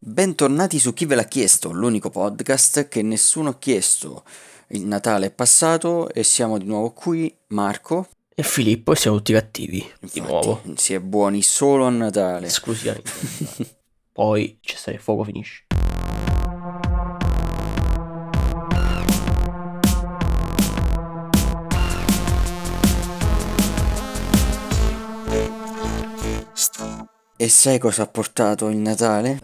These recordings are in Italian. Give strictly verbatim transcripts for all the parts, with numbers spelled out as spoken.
Bentornati su Chi ve l'ha chiesto, l'unico podcast che nessuno ha chiesto. Il Natale è passato e siamo di nuovo qui, Marco. E Filippo, e siamo tutti cattivi, Infatti, di nuovo. si è buoni solo a Natale. Esclusivamente. Poi c'è stato il fuoco, finisce. E sai cosa ha portato il Natale?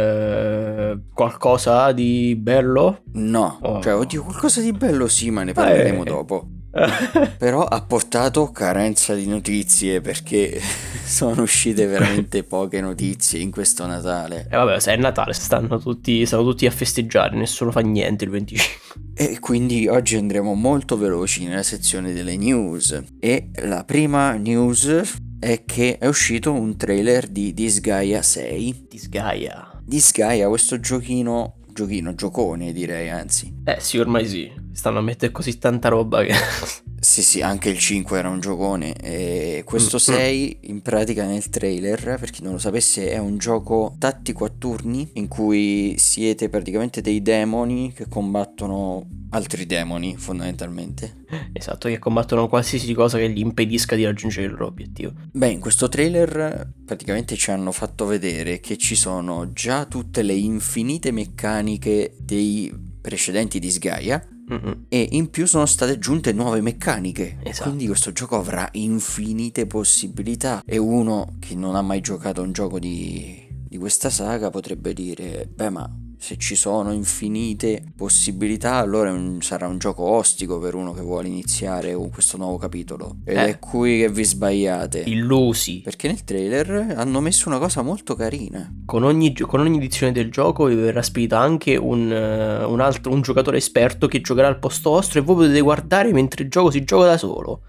Eh, qualcosa di bello? No, Oh. cioè oddio, qualcosa di bello sì, ma ne parleremo Eh. dopo. Però ha portato carenza di notizie perché sono uscite veramente poche notizie in questo Natale. E vabbè, se è Natale, stanno tutti, stanno tutti a festeggiare, nessuno fa niente il venticinque. E quindi oggi andremo molto veloci nella sezione delle news. E la prima news è che è uscito un trailer di Disgaea sei. Disgaea. Disgaea, questo giochino, giochino, giocone direi anzi. Eh sì, ormai sì, stanno a mettere così tanta roba che... Sì sì, anche il cinque era un giocone e questo sei in pratica nel trailer, per chi non lo sapesse, è un gioco tattico a turni in cui siete praticamente dei demoni che combattono altri demoni fondamentalmente. Esatto, che combattono qualsiasi cosa che gli impedisca di raggiungere il loro obiettivo. Beh, in questo trailer praticamente ci hanno fatto vedere che ci sono già tutte le infinite meccaniche dei precedenti Disgaea. Mm-hmm. E in più sono state aggiunte nuove meccaniche. Esatto. Quindi questo gioco avrà infinite possibilità. E uno che non ha mai giocato un gioco di, di questa saga potrebbe dire: beh, ma se ci sono infinite possibilità, allora è un, sarà un gioco ostico per uno che vuole iniziare con questo nuovo capitolo. Ed Eh. è qui che vi sbagliate. Illusi. Perché nel trailer hanno messo una cosa molto carina. Con ogni, con ogni edizione del gioco vi verrà spedito anche un, uh, un altro un giocatore esperto che giocherà al posto vostro e voi potete guardare mentre il gioco si gioca da solo.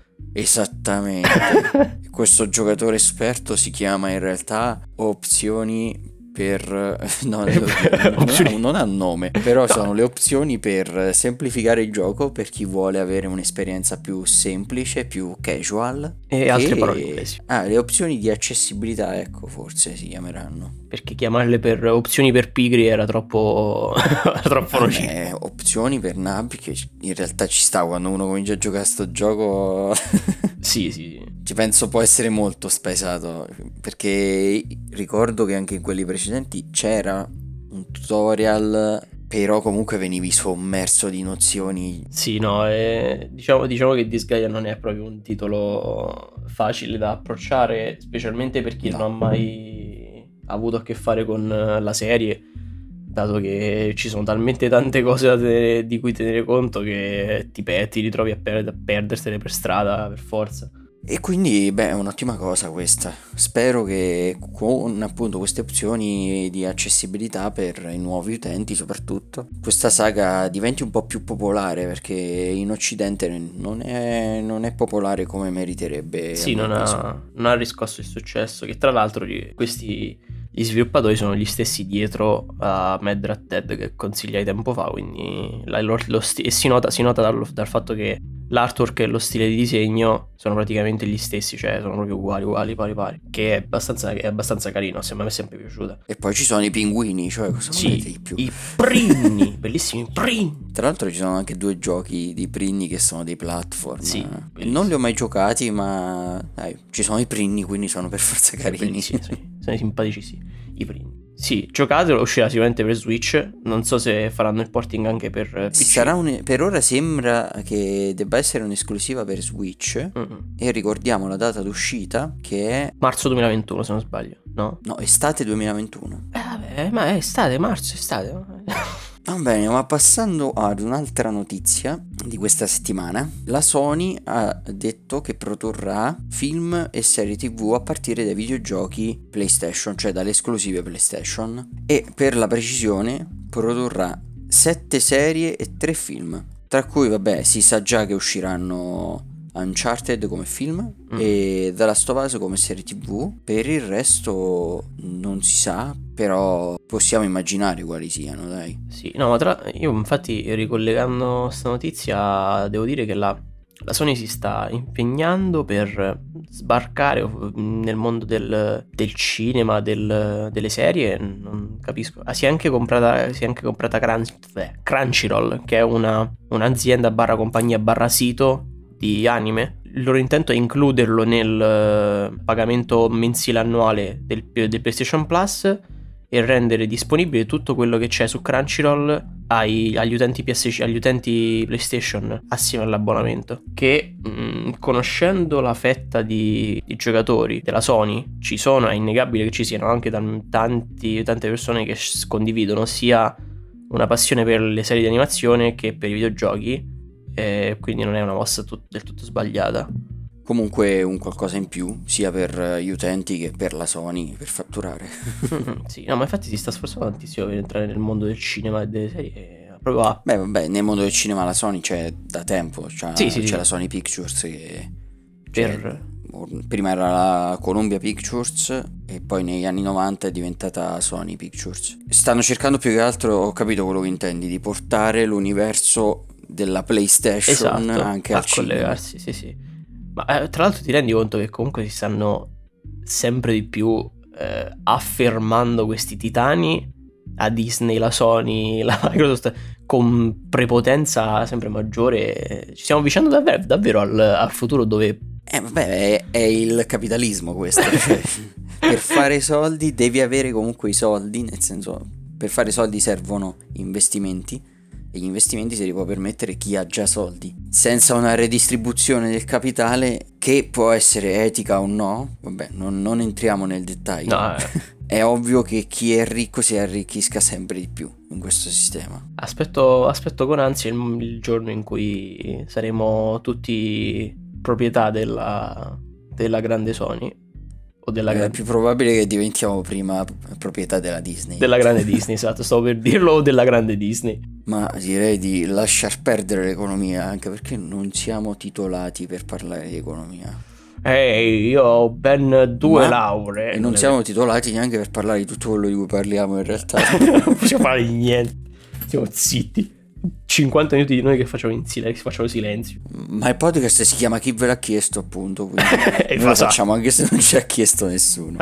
Esattamente. Questo giocatore esperto si chiama in realtà opzioni per no, Opzioni. non ha nome, però No. sono le opzioni per semplificare il gioco per chi vuole avere un'esperienza più semplice, più casual. E altre parole inglesi. Ah, le opzioni di accessibilità, ecco, forse si chiameranno. Perché chiamarle per opzioni per pigri era troppo troppo nocivo. Eh, opzioni per nabbi che in realtà ci sta quando uno comincia a giocare a sto gioco. Sì, sì. Ci penso può essere molto spaesato, perché ricordo che anche in quelli precedenti c'era un tutorial, però comunque venivi sommerso di nozioni. Sì, no, eh, diciamo, diciamo che Disgaea non è proprio un titolo facile da approcciare, specialmente per chi No. non ha mai avuto a che fare con la serie, dato che ci sono talmente tante cose da tenere, di cui tenere conto che ti, pe- ti ritrovi a, per- a perdersene per strada per forza. E quindi, beh, è un'ottima cosa questa. Spero che con appunto queste opzioni di accessibilità per i nuovi utenti soprattutto, questa saga diventi un po' più popolare, perché in Occidente non è, non è popolare come meriterebbe. Sì, a mio non avviso. ha, non ha riscosso il successo, che tra l'altro questi gli sviluppatori sono gli stessi dietro a Mad Rat Dead che consigliai tempo fa, quindi la, lo, lo sti- e si nota, si nota dal, dal fatto che l'artwork e lo stile di disegno sono praticamente gli stessi, cioè sono proprio uguali, uguali, pari pari, che è abbastanza, è abbastanza carino, a me è sempre piaciuta. E poi ci sono i pinguini, cioè cosa volete Sì, di più? i prinni, bellissimi prinni. Tra l'altro ci sono anche due giochi di prinni che sono dei platform. Sì, E bellissimi. non li ho mai giocati, ma dai, ci sono i prinni, quindi sono per forza carini. Bellissimi, sì, sono simpaticissimi i prinni. Sì, giocatelo, uscirà sicuramente per Switch. Non so se faranno il porting anche per P C. Sarà un, per ora sembra che debba essere un'esclusiva per Switch. Mm-mm. E ricordiamo la data d'uscita che è Marzo duemilaventuno, se non sbaglio, no? no, estate duemilaventuno. Eh vabbè, ma è estate, marzo, estate. Va bene, ma passando ad un'altra notizia di questa settimana, la Sony ha detto che produrrà film e serie tv a partire dai videogiochi PlayStation, cioè dalle esclusive PlayStation, e per la precisione produrrà sette serie e tre film, tra cui vabbè si sa già che usciranno Uncharted come film Mm. e The Last of Us come serie tv. Per il resto non si sa, però possiamo immaginare quali siano, dai. Sì, no, ma tra io infatti ricollegando questa notizia devo dire che la la Sony si sta impegnando per sbarcare nel mondo del, del cinema, del, delle serie, non capisco. Ah, si è anche comprata, si è anche comprata Crunch, beh, Crunchyroll, che è una, un'azienda barra compagnia barra sito di anime. Il loro intento è includerlo nel pagamento mensile annuale del, del PlayStation Plus e rendere disponibile tutto quello che c'è su Crunchyroll ai, agli utenti P S, agli utenti PlayStation assieme all'abbonamento. Che mh, conoscendo la fetta di, di giocatori della Sony, ci sono, è innegabile che ci siano anche tan- tanti, tante persone che condividono sia una passione per le serie di animazione che per i videogiochi, e quindi non è una mossa tut- del tutto sbagliata. Comunque un qualcosa in più, sia per gli utenti che per la Sony, per fatturare. Sì, no, ma infatti si sta sforzando tantissimo per entrare nel mondo del cinema e delle serie. Proprio a... Beh, vabbè, nel mondo del cinema la Sony c'è da tempo, c'è, Sì, sì, c'è sì. la Sony Pictures che... Per... Prima era la Columbia Pictures e poi negli anni novanta è diventata Sony Pictures. Stanno cercando più che altro, ho capito quello che intendi, di portare l'universo della PlayStation esatto, anche a al cinema. collegarsi, sì, sì. Ma eh, tra l'altro ti rendi conto che comunque si stanno sempre di più eh, affermando questi titani, a Disney, la Sony, la Microsoft, con prepotenza sempre maggiore. Ci stiamo avvicinando davvero, davvero al, al futuro dove... Eh vabbè, è, è il capitalismo questo, cioè, per fare soldi devi avere comunque i soldi, nel senso, per fare soldi servono investimenti e gli investimenti se li può permettere chi ha già soldi, senza una redistribuzione del capitale che può essere etica o no, vabbè, non, non entriamo nel dettaglio. No, eh. È ovvio che chi è ricco si arricchisca sempre di più in questo sistema. Aspetto, aspetto con ansia il, il giorno in cui saremo tutti proprietà della, della grande Sony o della È grande... più probabile che diventiamo prima proprietà della Disney. Della grande Disney, esatto, stavo per dirlo, o della grande Disney. Ma direi di lasciar perdere l'economia, anche perché non siamo titolati per parlare di economia. Ehi, io ho ben due Ma- lauree. E non siamo titolati neanche per parlare di tutto quello di cui parliamo in realtà. non possiamo fare di niente. Siamo zitti. cinquanta minuti di noi che facciamo in silenzio, facciamo silenzio. Ma il podcast si chiama Chi ve l'ha chiesto, appunto, quindi E noi lo fa- facciamo anche se non ci ha chiesto nessuno.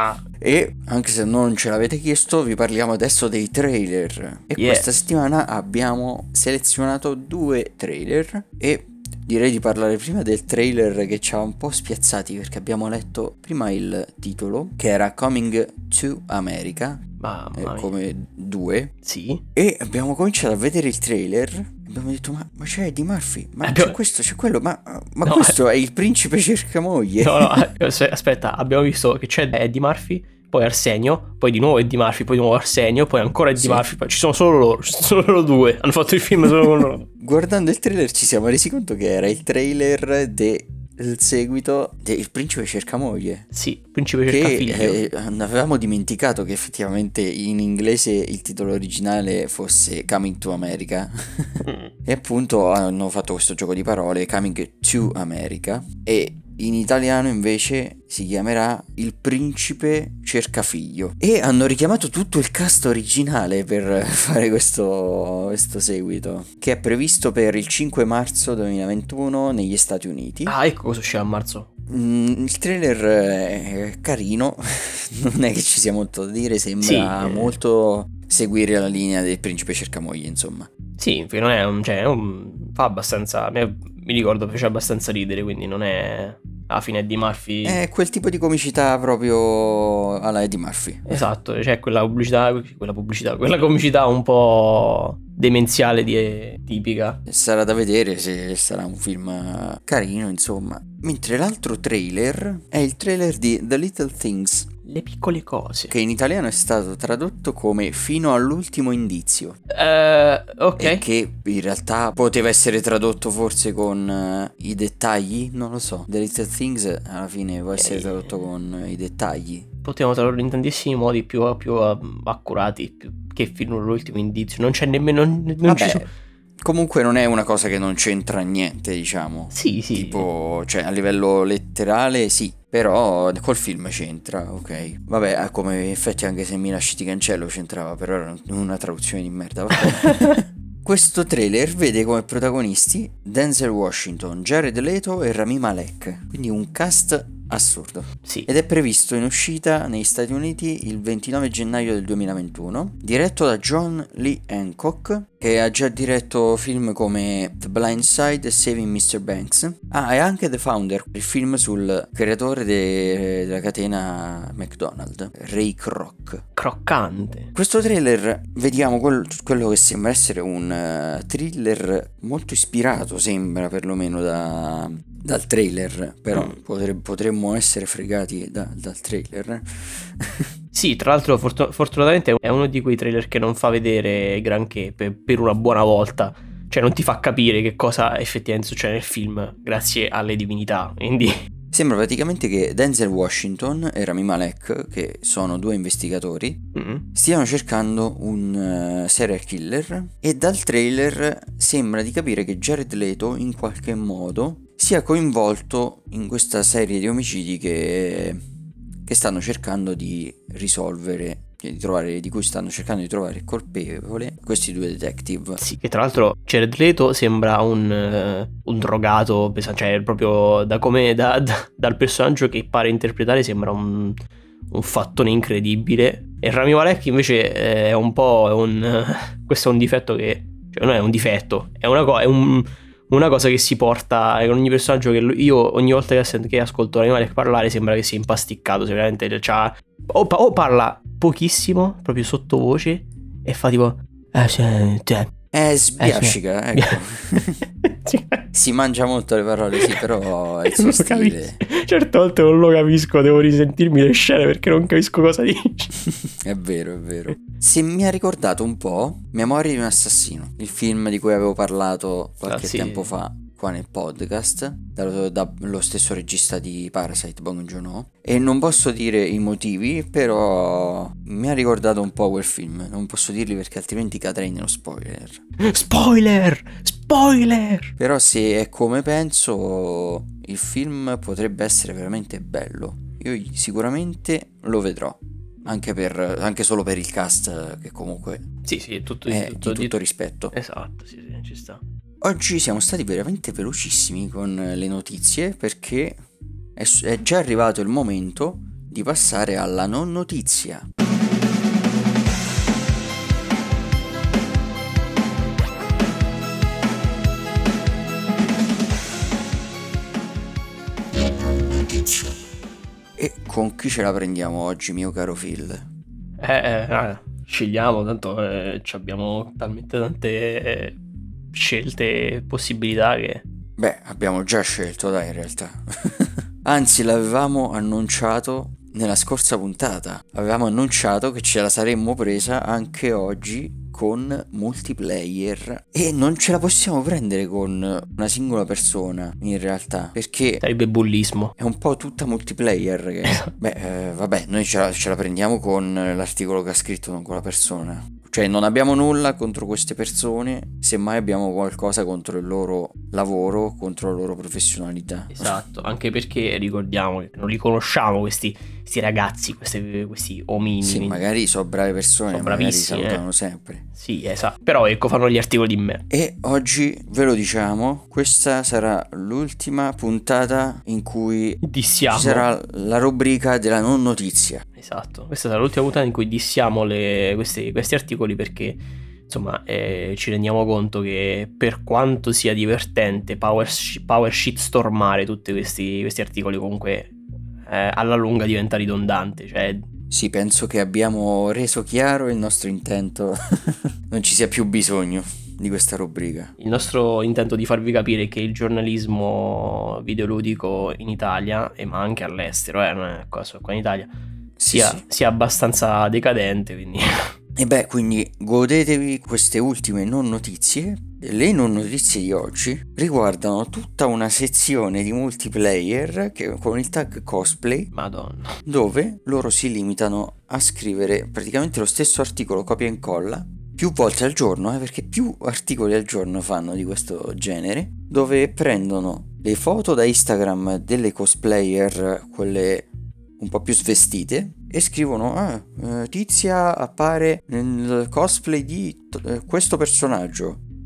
E anche se non ce l'avete chiesto, vi parliamo adesso dei trailer. E Yeah. questa settimana abbiamo selezionato due trailer e direi di parlare prima del trailer che ci ha un po' spiazzati, perché abbiamo letto prima il titolo, che era Coming to America, Mamma eh, mia. come due, Sì. e abbiamo cominciato a vedere il trailer e abbiamo detto ma, ma c'è Eddie Murphy, ma Abbiamo- c'è questo, c'è quello, ma, ma No, questo è il principe cercamoglie. No, no, as- aspetta, abbiamo visto che c'è Eddie Murphy, poi Arsenio, poi di nuovo Eddie Murphy, poi di nuovo Arsenio, poi ancora Eddie Sì. Murphy, poi ci sono solo loro, ci sono solo loro due, hanno fatto il film solo con loro. Guardando il trailer ci siamo resi conto che era il trailer del seguito del principe cercamoglie, Sì, principe cerca che figlio. eh, avevamo dimenticato che effettivamente in inglese il titolo originale fosse Coming to America. Mm. E appunto hanno fatto questo gioco di parole, Coming to America, e in italiano invece si chiamerà Il principe cerca figlio. E hanno richiamato tutto il cast originale per fare questo, questo seguito, che è previsto per il cinque marzo duemilaventuno negli Stati Uniti. Ah, ecco cosa uscirà a marzo. Mm, il trailer è carino, non è che ci sia molto da dire, sembra Sì, eh. molto seguire la linea del principe cercamoglie, insomma. Sì, perché non è un... cioè, è un- fa abbastanza... me- mi ricordo, fece abbastanza ridere, quindi non è... alla fine Eddie Murphy... È quel tipo di comicità proprio alla Eddie Murphy. Esatto, cioè quella pubblicità, quella pubblicità, quella comicità un po' demenziale di, tipica. Sarà da vedere se sarà un film carino, insomma. Mentre l'altro trailer è il trailer di The Little Things, Le piccole cose. che in italiano è stato tradotto come Fino all'ultimo indizio. Eh, ok. E che in realtà poteva essere tradotto forse con eh, i dettagli, non lo so. The Little Things alla fine può essere Eh. tradotto con i dettagli. Potevano tradurlo in tantissimi modi più, più uh, accurati, più, che fino all'ultimo indizio. Non c'è nemmeno... Non, non Vabbè, ci sono... comunque non è una cosa che non c'entra niente, diciamo. Sì, sì. Tipo, cioè a livello letterale sì, però col film c'entra, ok. Vabbè, come effetti anche se mi lasci ti cancello c'entrava, però era una traduzione di merda, vabbè. Questo trailer vede come protagonisti Denzel Washington, Jared Leto e Rami Malek, quindi un cast assurdo. Sì. Ed è previsto in uscita negli Stati Uniti il ventinove gennaio del duemilaventuno, diretto da John Lee Hancock, che ha già diretto film come The Blind Side e Saving mister Banks. Ah, e anche The Founder, il film sul creatore de- della catena McDonald's, Ray Kroc. Croccante. Questo trailer vediamo quel- quello che sembra essere un uh, thriller molto ispirato, sembra perlomeno da, dal trailer, però Mm. potre- potremmo essere fregati da- dal trailer. Sì, tra l'altro fortu- fortunatamente è uno di quei trailer che non fa vedere granché per, per una buona volta, cioè non ti fa capire che cosa effettivamente succede nel film grazie alle divinità, quindi Sembra praticamente che Denzel Washington e Rami Malek, che sono due investigatori, mm, stiano cercando un uh, serial killer, e dal trailer sembra di capire che Jared Leto in qualche modo sia coinvolto in questa serie di omicidi che, che stanno cercando di risolvere, di trovare, di cui stanno cercando di trovare il colpevole questi due detective. sì, che tra l'altro Jared Leto sembra un, eh, un drogato, pesa- cioè proprio da come da- da- dal personaggio che pare interpretare sembra un, un fattone incredibile, e Rami Malek invece eh, è un po' è un questo è un difetto che, cioè non è un difetto, è una, co- è un- una cosa che si porta con ogni personaggio, che lui- io ogni volta che, sento- che ascolto Rami Malek parlare sembra che sia impasticcato, se veramente c'ha, o, pa- o parla pochissimo proprio sottovoce e fa tipo eh, sì, cioè, Eh, sbiascica, eh, sì. ecco. Si mangia molto le parole, sì, però è il suo Non lo stile. capisco. Certe volte non lo capisco, devo risentirmi le scene perché non capisco cosa dice. È vero, è vero. Se mi ha ricordato un po' Memorie di un assassino, il film di cui avevo parlato qualche Ah, sì. tempo fa qua nel podcast, dallo, dallo stesso regista di Parasite, Bong Joon-ho, e non posso dire i motivi, però mi ha ricordato un po' quel film. Non posso dirli perché altrimenti cadrei nello spoiler. Spoiler! Spoiler! Però se è come penso, il film potrebbe essere veramente bello. Io sicuramente lo vedrò, anche, per, anche solo per il cast, che comunque Sì, sì, è tutto, è tutto, di tutto rispetto. Esatto, sì, sì, ci sta. Oggi siamo stati veramente velocissimi con le notizie, perché è, è già arrivato il momento di passare alla non notizia. E con chi ce la prendiamo oggi, mio caro Phil? Eh, eh, eh, scegliamo, tanto eh, ci abbiamo talmente tante eh, scelte e possibilità che... Beh, abbiamo già scelto, dai, in realtà. Anzi, l'avevamo annunciato nella scorsa puntata. Avevamo annunciato che ce la saremmo presa anche oggi con multiplayer, e non ce la possiamo prendere con una singola persona, in realtà, perché sarebbe bullismo. è un po' tutta multiplayer che... Beh, eh, vabbè, noi ce la, ce la prendiamo con l'articolo che ha scritto, non con la persona. Cioè non abbiamo nulla contro queste persone, semmai abbiamo qualcosa contro il loro lavoro, contro la loro professionalità. Esatto, anche perché ricordiamo che non li conosciamo questi, questi ragazzi, questi, questi omini. Sì, quindi- magari sono brave persone, Sono magari bravissimi, salutano eh. sempre. Sì, esatto. Però ecco, fanno gli articoli di me. E oggi ve lo diciamo, questa sarà l'ultima puntata in cui Dissiamo. ci sarà la rubrica della non notizia. Esatto, questa sarà l'ultima puntata in cui dissiamo le- questi, questi articoli perché insomma eh, ci rendiamo conto che per quanto sia divertente power, sh- power shitstormare tutti questi, questi articoli, comunque eh, alla lunga diventa ridondante, cioè Sì, penso che abbiamo reso chiaro il nostro intento, non ci sia più bisogno di questa rubrica. il nostro intento di farvi capire che il giornalismo videoludico in Italia, e ma anche all'estero, eh, non è qua, solo qua in Italia, Sì, sia, sì. sia abbastanza decadente, quindi E beh, quindi godetevi queste ultime non notizie. Le non notizie di oggi riguardano tutta una sezione di multiplayer che, con il tag cosplay, madonna. dove loro si limitano a scrivere praticamente lo stesso articolo copia e incolla più volte al giorno, eh, perché più articoli al giorno fanno di questo genere, dove prendono le foto da Instagram delle cosplayer, quelle un po' più svestite, e scrivono ah, eh, Tizia appare nel cosplay di t- eh, questo personaggio,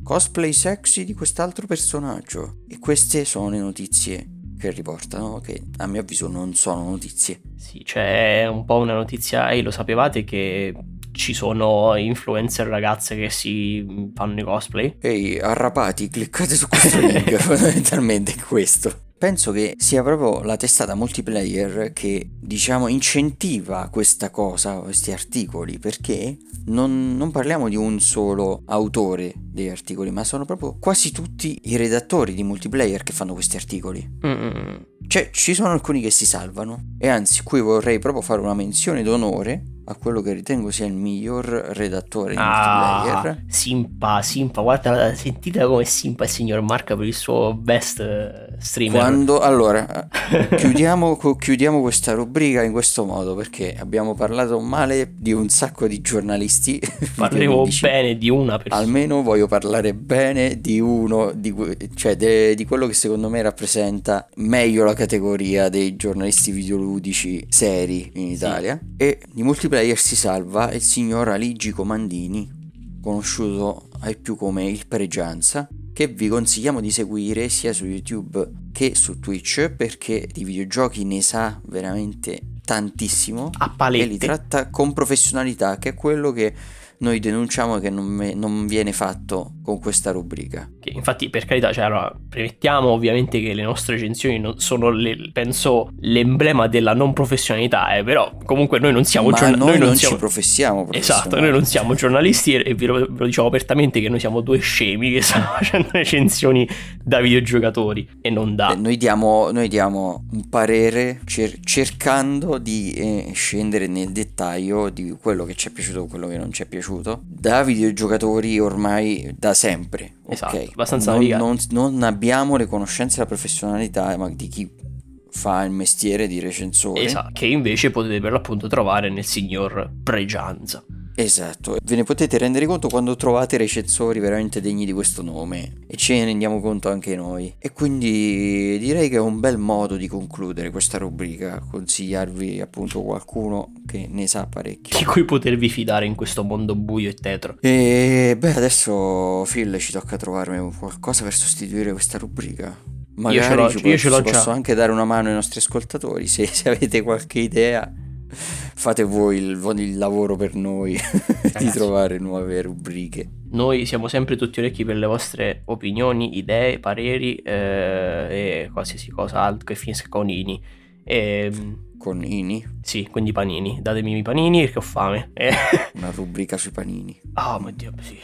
cosplay sexy di quest'altro personaggio. E queste sono le notizie che riportano, che a mio avviso non sono notizie. Sì, c'è un po' una notizia, e lo sapevate che ci sono influencer ragazze che si fanno i cosplay? Ehi, arrapati, cliccate su questo link, fondamentalmente è questo. Penso che sia proprio la testata multiplayer che, diciamo, incentiva questa cosa, questi articoli, perché non, non parliamo di un solo autore degli articoli, ma sono proprio quasi tutti i redattori di multiplayer che fanno questi articoli. Mm-mm. Cioè, ci sono alcuni che si salvano, e anzi, qui vorrei proprio fare una menzione d'onore a quello che ritengo sia il miglior redattore di Ah, multiplayer. Simpa, Simpa, guarda, sentite come Simpa il signor Marca per il suo best eh, streamer. Quando, allora, chiudiamo, co- chiudiamo questa rubrica in questo modo, perché abbiamo parlato male di un sacco di giornalisti. Parliamo bene di una persona. Almeno voglio parlare bene di uno, di, que- cioè de- di quello che secondo me rappresenta meglio la categoria dei giornalisti videoludici seri in Italia. Sì. E di multiplayer si salva il signor Aligi Comandini, conosciuto ai più come il Pregianza, che vi consigliamo di seguire sia su YouTube che su Twitch, perché di videogiochi ne sa veramente tantissimo a paletti, e li tratta con professionalità, che è quello che noi denunciamo che non, me, non viene fatto con questa rubrica. Che infatti, per carità, cioè, allora, premettiamo ovviamente che le nostre recensioni non sono, le, penso, l'emblema della non professionalità, eh, però comunque noi non siamo giornalisti. Noi, noi non, non siamo... ci professiamo. Esatto, noi non siamo giornalisti, e vi lo, ve lo diciamo apertamente che noi siamo due scemi che stanno facendo recensioni da videogiocatori e non da... Eh, noi, diamo, noi diamo un parere cer- cercando di eh, scendere nel dettaglio di quello che ci è piaciuto e quello che non ci è piaciuto, da videogiocatori ormai da sempre. Esatto, okay. abbastanza non, navigato. non, non abbiamo le conoscenze e la professionalità ma di chi fa il mestiere di recensore. Esatto, che invece potete per l'appunto trovare nel signor Pregianza. Esatto, ve ne potete rendere conto quando trovate recensori veramente degni di questo nome, e ce ne rendiamo conto anche noi. E quindi direi che è un bel modo di concludere questa rubrica, consigliarvi appunto qualcuno che ne sa parecchio, di cui potervi fidare in questo mondo buio e tetro. E beh, adesso Phil, ci tocca trovarmi qualcosa per sostituire questa rubrica. Magari io ce l'ho, ci io ce l'ho già. Posso anche dare una mano ai nostri ascoltatori, se, se avete qualche idea. Fate voi il, il lavoro per noi di trovare nuove rubriche. Noi siamo sempre tutti orecchi per le vostre opinioni, idee, pareri eh, e qualsiasi cosa altro che finisca con ini. E, Conini? Sì, quindi panini. Datemi i panini perché ho fame. Una rubrica sui panini. Oh mio Dio, sì.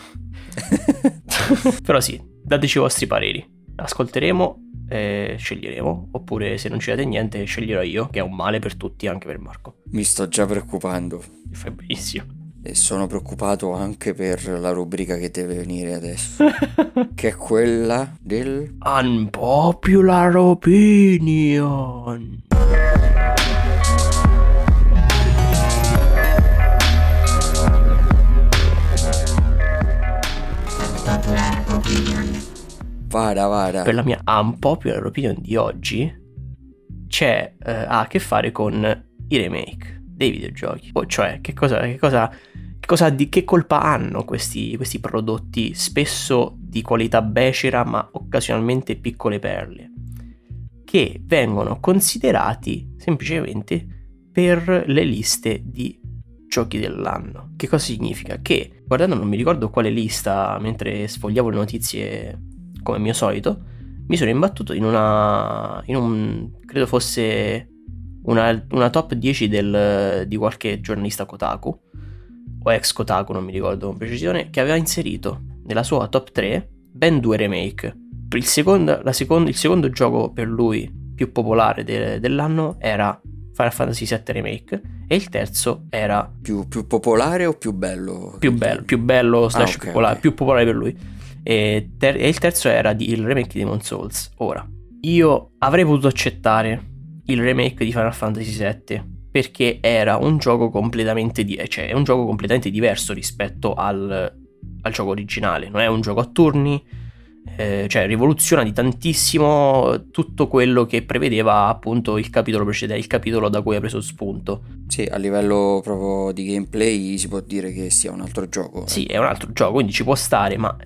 Però sì, dateci i vostri pareri. Ascolteremo e sceglieremo, oppure se non ci date niente sceglierò io, che è un male per tutti, anche per Marco. Mi sto già preoccupando. Fai benissimo. E sono preoccupato anche per la rubrica che deve venire adesso, che è quella del Unpopular Opinion. Vada, vada. Per la mia unpopular opinion di oggi c'è eh, ha a che fare con i remake dei videogiochi. O cioè, che cosa, che cosa, che cosa di che colpa hanno questi, questi prodotti, spesso di qualità becera ma occasionalmente piccole perle, che vengono considerati semplicemente per le liste di giochi dell'anno. Che cosa significa? Che, guardando, non mi ricordo quale lista, mentre sfogliavo le notizie come mio solito, mi sono imbattuto in una in un credo fosse una, una top dieci del, di qualche giornalista Kotaku o ex Kotaku, non mi ricordo con precisione, che aveva inserito nella sua top tre ben due remake. Il secondo, la secondo, il secondo gioco per lui più popolare de, dell'anno era Final Fantasy sette Remake, e il terzo era più, più popolare o più bello? Più bello, più bello slash ah, okay, popolare, okay. più popolare per lui. E, ter- e il terzo era di, il remake di Demon's Souls. Ora, io avrei potuto accettare il remake di Final Fantasy sette perché era un gioco completamente di- cioè è un gioco completamente diverso rispetto al, al gioco originale. Non è un gioco a turni, eh, cioè rivoluziona di tantissimo tutto quello che prevedeva appunto il capitolo precedente, il capitolo da cui ha preso spunto. Sì, a livello proprio di gameplay si può dire che sia un altro gioco. Sì, è un altro gioco, quindi ci può stare, ma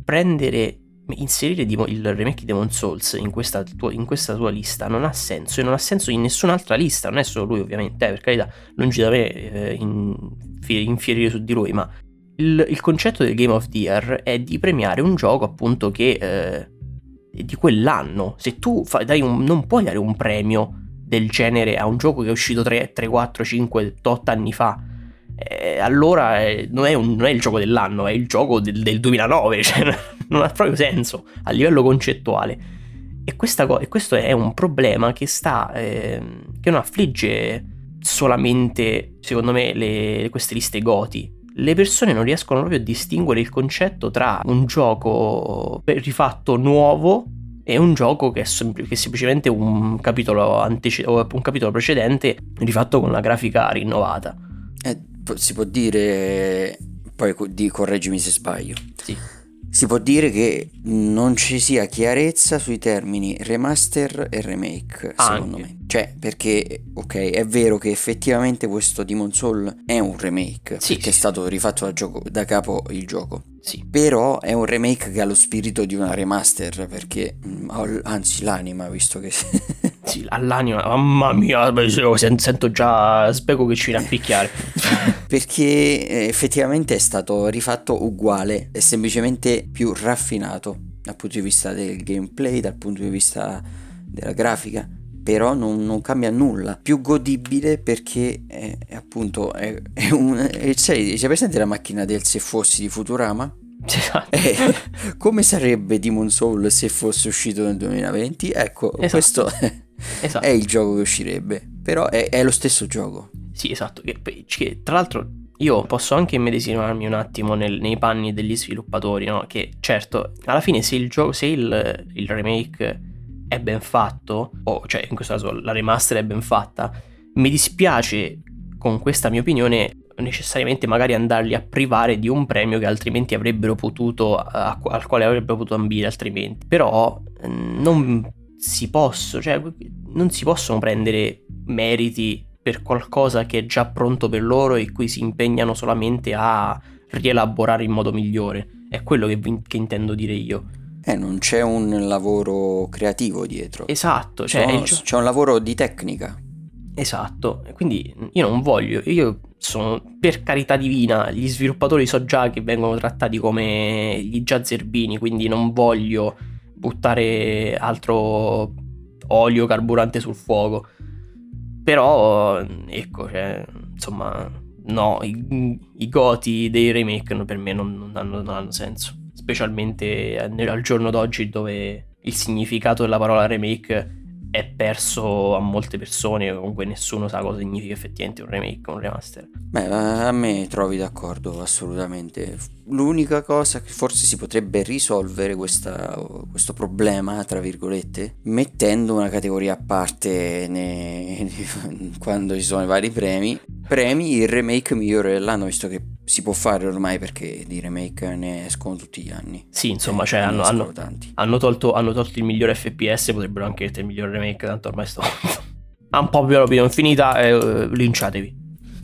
prendere, inserire Demo- il remake di Demon's Souls in questa, tua, in questa tua lista non ha senso, e non ha senso in nessun'altra lista, non è solo lui ovviamente, eh, per carità, lungi da me eh, in, infierire su di lui, ma il, il concetto del Game of the Year è di premiare un gioco appunto che eh, di quell'anno. Se tu fai, dai un, non puoi dare un premio del genere a un gioco che è uscito tre, quattro, cinque, otto anni fa, eh, allora eh, non, è un, non è il gioco dell'anno, è il gioco del, del duemilanove, cioè non ha proprio senso a livello concettuale. E, questa co- e questo è un problema che sta eh, che non affligge solamente, secondo me, le, queste liste goti. Le persone non riescono proprio a distinguere il concetto tra un gioco rifatto nuovo e un gioco che è, sem- che è semplicemente un capitolo, antece- o un capitolo precedente rifatto con la grafica rinnovata. Eh, si può dire, poi di, correggimi se sbaglio, Sì. si può dire che non ci sia chiarezza sui termini remaster e remake, secondo Anche. me. Cioè, perché, ok, è vero che effettivamente questo Demon's Souls è un remake, Sì, perché sì, è stato rifatto da, gioco, da capo il gioco. Sì. Però è un remake che ha lo spirito di una remaster, perché, mh, ho- anzi l'anima, visto che... Sì, all'anima, mamma mia, sento già Sbego che ci viene a picchiare. Perché eh, effettivamente è stato rifatto uguale, è semplicemente più raffinato dal punto di vista del gameplay, dal punto di vista della grafica, però non, non cambia nulla, più godibile perché è, è appunto è, è un... È, c'è, c'è presente la macchina del se fossi di Futurama? Esatto. Eh, come sarebbe Demon's Souls se fosse uscito nel duemilaventi? Ecco, Esatto. questo Esatto. è il gioco che uscirebbe, però è, è lo stesso gioco. Sì, esatto, che, che tra l'altro io posso anche immedesimarmi un attimo nel, nei panni degli sviluppatori, no? Che certo, alla fine se il gioco, se il, il remake è ben fatto, o cioè in questo caso la remaster è ben fatta, mi dispiace con questa mia opinione necessariamente magari andarli a privare di un premio che altrimenti avrebbero potuto, a, al quale avrebbero potuto ambire altrimenti. Però non si possono, cioè non si possono prendere meriti per qualcosa che è già pronto per loro e cui si impegnano solamente a rielaborare in modo migliore. È quello che, che intendo dire io. Eh, non c'è un lavoro creativo dietro. Esatto, cioè Sono, il gio- c'è un lavoro di tecnica. Esatto, quindi io non voglio, io sono, per carità divina, gli sviluppatori so già che vengono trattati come gli già zerbini, quindi non voglio buttare altro olio carburante sul fuoco. Però, ecco, cioè, insomma, no, i, i goti dei remake no, per me non, non, hanno, non hanno senso. Specialmente nel, al giorno d'oggi dove il significato della parola remake è perso a molte persone, comunque nessuno sa cosa significa effettivamente un remake o un remaster. Beh, a me trovi d'accordo assolutamente. L'unica cosa che forse si potrebbe risolvere questa, questo problema, tra virgolette, mettendo una categoria a parte ne, quando ci sono i vari premi, premi il remake migliore dell'anno, visto che si può fare ormai perché di remake ne escono tutti gli anni. Sì, insomma, eh, cioè hanno, hanno, tanti. hanno, tolto, hanno tolto il migliore F P S, potrebbero anche mettere il migliore remake, tanto ormai sto... ha un po' più l'opinione infinita e uh, linciatevi.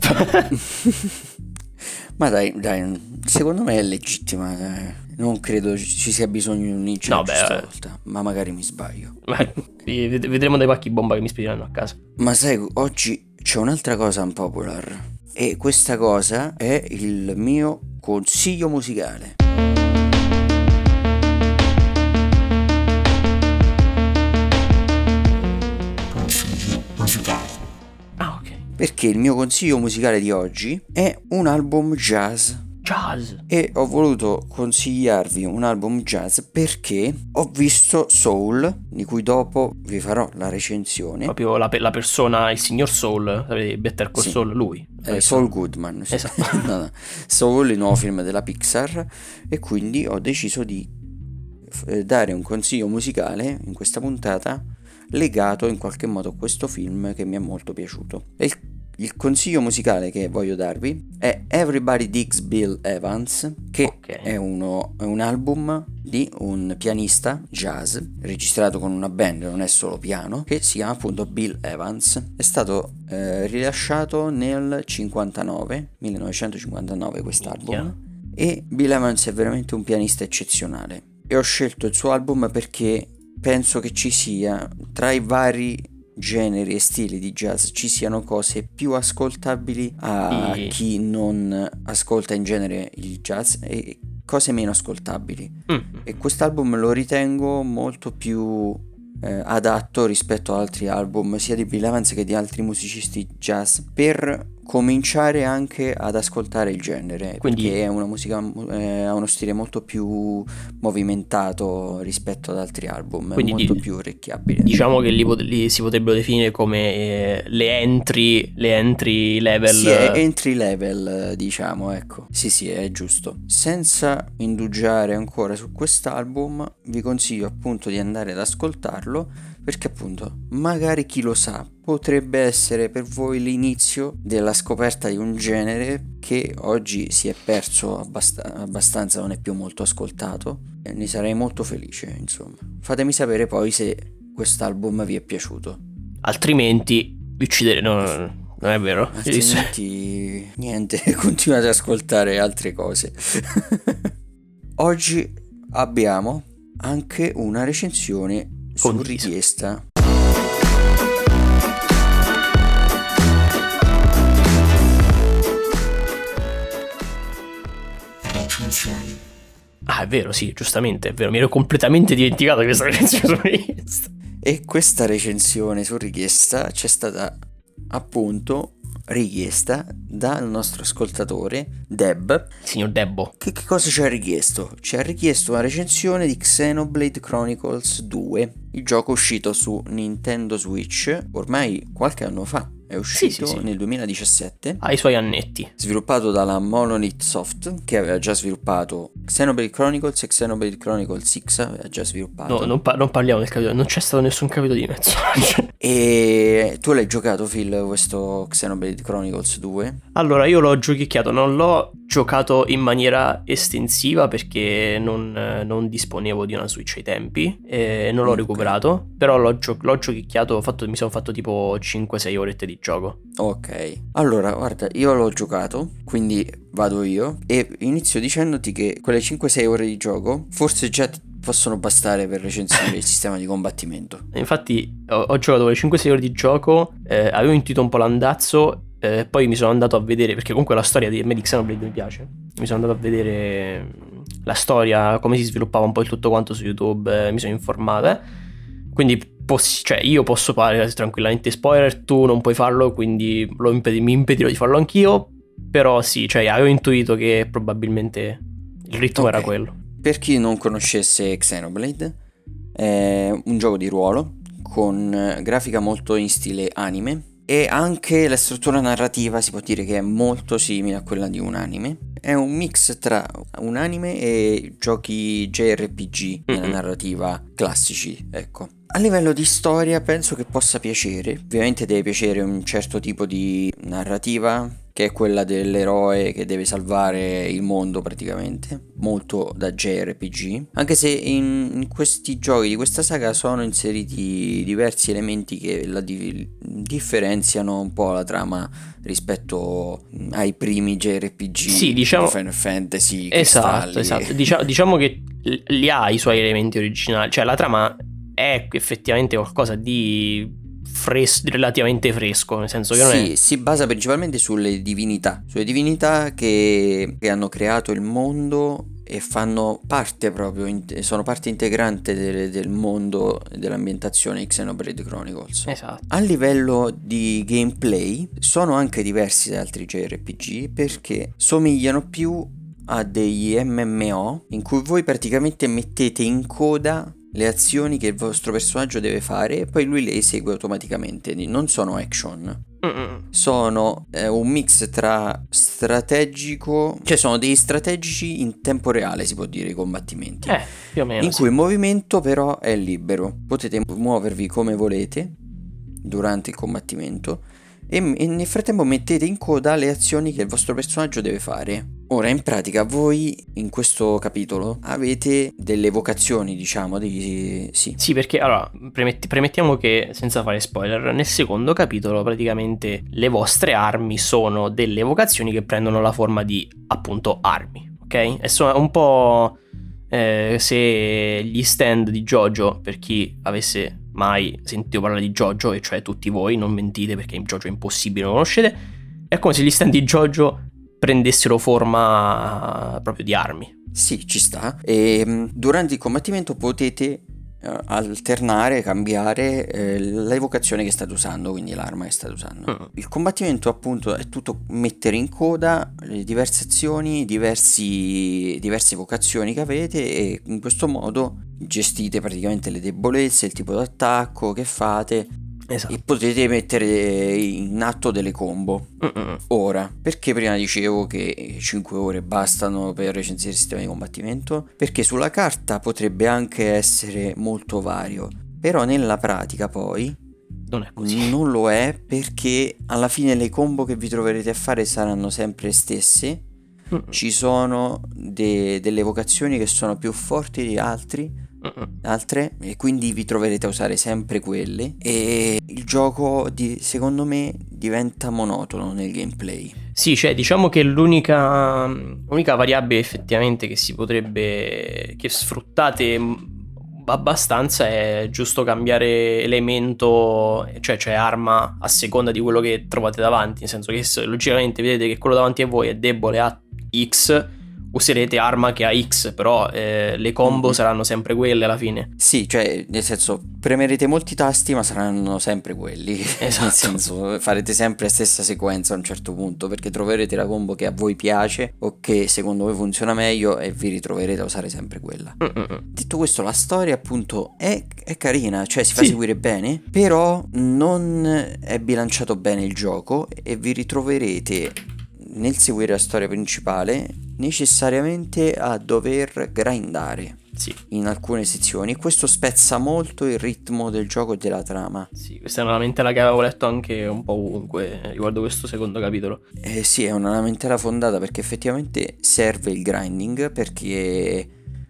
Ma dai, dai, secondo me è legittima, dai. Non credo ci sia bisogno di un inizio No, questa beh, volta, ma magari mi sbaglio. Vedremo dei pacchi bomba che mi spediranno a casa. Ma sai, oggi c'è un'altra cosa unpopular e questa cosa è il mio consiglio musicale. Ah, ok. Perché il mio consiglio musicale di oggi è un album jazz. Jazz. E ho voluto consigliarvi un album jazz perché ho visto Soul, di cui dopo vi farò la recensione. Proprio la, la persona, il signor Soul, sapete, Better Call Sì. Saul, lui. Eh, Saul Goodman, sì. Esatto. no, no. Soul, il nuovo film della Pixar, e quindi ho deciso di eh, dare un consiglio musicale in questa puntata legato in qualche modo a questo film che mi è molto piaciuto. E il Il consiglio musicale che voglio darvi è Everybody Digs Bill Evans, che Okay. è, uno, è un album di un pianista jazz registrato con una band, non è solo piano, che si chiama appunto Bill Evans. È stato eh, rilasciato nel cinquantanove, millenovecentocinquantanove quest'album. Minchia. e Bill Evans è veramente un pianista eccezionale e ho scelto il suo album perché penso che ci sia, tra i vari generi e stili di jazz, ci siano cose più ascoltabili a Sì. chi non ascolta in genere il jazz e cose meno ascoltabili. Mm. E quest'album lo ritengo molto più eh, adatto rispetto ad altri album sia di Bill Evans che di altri musicisti jazz per cominciare anche ad ascoltare il genere. Quindi- perché è una musica eh, ha uno stile molto più movimentato rispetto ad altri album, è Quindi molto di- più orecchiabile. Diciamo che li, pot- li si potrebbero definire come eh, le entry le entry level. Sì, è entry level, eh, diciamo, ecco. Sì, sì, è giusto. Senza indugiare ancora su quest'album, vi consiglio appunto di andare ad ascoltarlo, perché appunto, magari chi lo sa, potrebbe essere per voi l'inizio della scoperta di un genere che oggi si è perso abbast- abbastanza, non è più molto ascoltato. E ne sarei molto felice, insomma. Fatemi sapere poi se quest'album vi è piaciuto. Altrimenti vi uccidere. No, no, no, non è vero. Io disse- Altrimenti niente, continuate ad ascoltare altre cose. Oggi abbiamo anche una recensione su Condivisa. richiesta. Ah, è vero, sì, giustamente, è vero. Mi ero completamente dimenticato di questa recensione su richiesta. E questa recensione su richiesta c'è stata appunto richiesta dal nostro ascoltatore Deb. Signor Debbo. Che, che cosa ci ha richiesto? Ci ha richiesto una recensione di Xenoblade Chronicles due, il gioco uscito su Nintendo Switch ormai qualche anno fa. È uscito sì, sì. nel duemiladiciassette, Ha i suoi annetti. sviluppato dalla Monolith Soft, che aveva già sviluppato Xenoblade Chronicles e Xenoblade Chronicles sei, aveva già sviluppato. No, non, pa- non parliamo del capitolo, non c'è stato nessun capitolo di mezzo. E tu l'hai giocato, Phil, questo Xenoblade Chronicles due? Allora, io l'ho giochicchiato, non l'ho giocato in maniera estensiva perché non, eh, non disponevo di una Switch ai tempi e non l'ho Ok. recuperato, però l'ho, gio- l'ho giochicchiato, ho fatto- mi sono fatto tipo cinque sei orette di gioco. Ok, allora guarda, io l'ho giocato, quindi vado io e inizio dicendoti che quelle cinque sei ore di gioco forse già ti possono bastare per recensire il sistema di combattimento. E infatti ho, ho giocato quelle cinque sei ore di gioco, eh, avevo intuito un po' l'andazzo, eh, poi mi sono andato a vedere, perché comunque la storia di me di Xenoblade mi piace, mi sono andato a vedere mm, la storia, come si sviluppava un po' il tutto quanto su YouTube, eh, mi sono informata, quindi poss- cioè io posso fare tranquillamente spoiler, tu non puoi farlo, quindi lo impedi- mi impedirò di farlo anch'io, però sì, cioè avevo intuito che probabilmente il ritmo Ok. era quello. Per chi non conoscesse Xenoblade, è un gioco di ruolo con eh, grafica molto in stile anime e anche la struttura narrativa si può dire che è molto simile a quella di un anime. È un mix tra un anime e giochi J R P G nella Mhm. narrativa classici, ecco. A livello di storia penso che possa piacere, ovviamente deve piacere un certo tipo di narrativa, che è quella dell'eroe che deve salvare il mondo praticamente, molto da J R P G, anche se in, in questi giochi di questa saga sono inseriti diversi elementi che la di- differenziano un po' la trama rispetto ai primi J R P G Sì, diciamo- di Final Fantasy, Esatto, Cristalli. esatto. Dicia- diciamo che l- li ha i suoi elementi originali, cioè la trama è effettivamente qualcosa di fres- relativamente fresco, nel senso che non Sì, è... si basa principalmente sulle divinità, sulle divinità che, che hanno creato il mondo e fanno parte proprio, in- sono parte integrante del, del mondo e dell'ambientazione di Xenoblade Chronicles. Esatto. A livello di gameplay sono anche diversi da altri J R P G perché somigliano più a degli M M O in cui voi praticamente mettete in coda le azioni che il vostro personaggio deve fare e poi lui le esegue automaticamente, non sono action. Mm-mm. Sono eh, un mix tra strategico, cioè sono dei strategici in tempo reale, si può dire, i combattimenti. Eh, più o meno. in sì. cui il movimento però è libero, potete muovervi come volete durante il combattimento e, e nel frattempo mettete in coda le azioni che il vostro personaggio deve fare. Ora, in pratica, voi in questo capitolo avete delle vocazioni, diciamo, di... sì. Sì, perché allora premetti- premettiamo che, senza fare spoiler, nel secondo capitolo praticamente le vostre armi sono delle evocazioni che prendono la forma di appunto armi, ok? ok? È so- un po' eh, se gli stand di JoJo, per chi avesse mai sentito parlare di JoJo, e cioè tutti voi, non mentite perché JoJo è impossibile, non lo conoscete, è come se gli stand di JoJo prendessero forma proprio di armi. Sì, ci sta. E durante il combattimento potete uh, alternare, cambiare eh, l'evocazione che state usando, quindi l'arma che state usando. Mm. Il combattimento appunto è tutto mettere in coda le diverse azioni, diversi, diverse evocazioni che avete, e in questo modo gestite praticamente le debolezze, il tipo di attacco che fate. Esatto. E potete mettere in atto delle combo. Mm-mm. Ora, perché prima dicevo che cinque ore bastano per recensire il sistema di combattimento? Perché sulla carta potrebbe anche essere molto vario, però nella pratica poi non è così. Non lo è, perché alla fine le combo che vi troverete a fare saranno sempre le stesse. Mm-mm. Ci sono de- delle evocazioni che sono più forti di altri altre, e quindi vi troverete a usare sempre quelle, e il gioco di, secondo me diventa monotono nel gameplay. Sì, cioè diciamo che l'unica, l'unica variabile effettivamente che si potrebbe, che sfruttate abbastanza, è giusto cambiare elemento, cioè, cioè arma a seconda di quello che trovate davanti, nel senso che se logicamente vedete che quello davanti a voi è debole a X, userete arma che ha X, però eh, le combo mm-hmm. saranno sempre quelle alla fine. Sì, cioè nel senso premerete molti tasti ma saranno sempre quelli. Esatto. Nel senso farete sempre la stessa sequenza a un certo punto, perché troverete la combo che a voi piace o che secondo voi funziona meglio, e vi ritroverete a usare sempre quella. Mm-mm. Detto questo, la storia appunto è, è carina, cioè si fa sì. seguire bene, però non è bilanciato bene il gioco, e vi ritroverete nel seguire la storia principale necessariamente a dover grindare sì. in alcune sezioni, e questo spezza molto il ritmo del gioco e della trama. Sì, questa è una lamentela che avevo letto anche un po' ovunque riguardo questo secondo capitolo. Eh sì, è una lamentela fondata, perché effettivamente serve il grinding, perché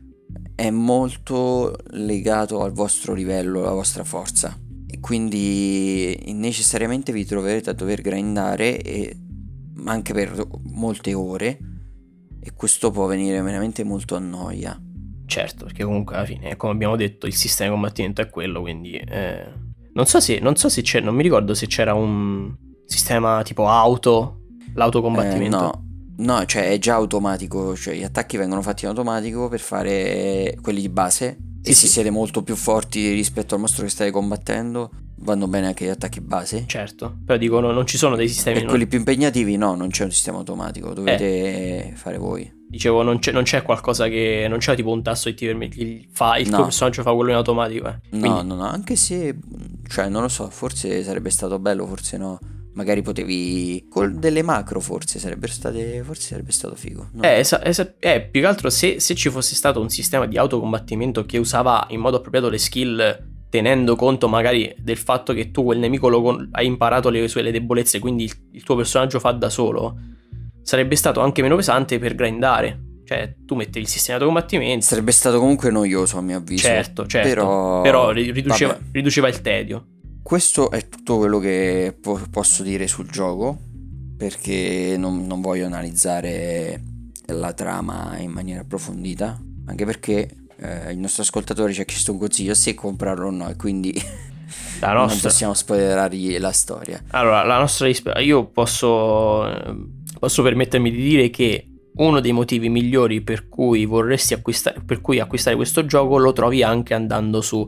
è molto legato al vostro livello, alla vostra forza, e quindi necessariamente vi troverete a dover grindare, e anche per molte ore, e questo può venire veramente molto a noia. Certo, perché comunque alla fine, come abbiamo detto, il sistema di combattimento è quello, quindi eh, non so se non so se c'è, non mi ricordo se c'era un sistema tipo auto, l'autocombattimento. Eh, no, no, cioè è già automatico, cioè gli attacchi vengono fatti in automatico per fare quelli di base, sì, e sì. se siete molto più forti rispetto al mostro che state combattendo, vanno bene anche gli attacchi base. Certo, però dicono non ci sono dei sistemi. E non... quelli più impegnativi no, non c'è un sistema automatico, dovete eh. fare voi. Dicevo, non c'è, non c'è qualcosa che... non c'è tipo un tasto che ti permette, il, fa, il no. tuo personaggio fa quello in automatico. Eh. No, Quindi... no, no, anche se, cioè non lo so, forse sarebbe stato bello, forse no. Magari potevi, con delle macro forse sarebbero state, forse sarebbe stato figo. No? Eh, esa, esa, eh, più che altro se, se ci fosse stato un sistema di autocombattimento che usava in modo appropriato le skill, tenendo conto magari del fatto che tu quel nemico lo con- hai imparato le sue le debolezze, quindi il, il tuo personaggio fa da solo, sarebbe stato anche meno pesante per grindare. Cioè tu mettevi il sistema di combattimento. Sarebbe stato comunque noioso a mio avviso. Certo, certo. Però, però riduceva, riduceva il tedio. Questo è tutto quello che po- posso dire sul gioco, perché non, non voglio analizzare la trama in maniera approfondita, anche perché eh, il nostro ascoltatore ci ha chiesto un consiglio se comprarlo o no, e quindi la nostra... non possiamo spoilerargli la storia. Allora, la nostra io posso posso permettermi di dire che uno dei motivi migliori per cui vorresti acquistare per cui acquistare questo gioco lo trovi anche andando su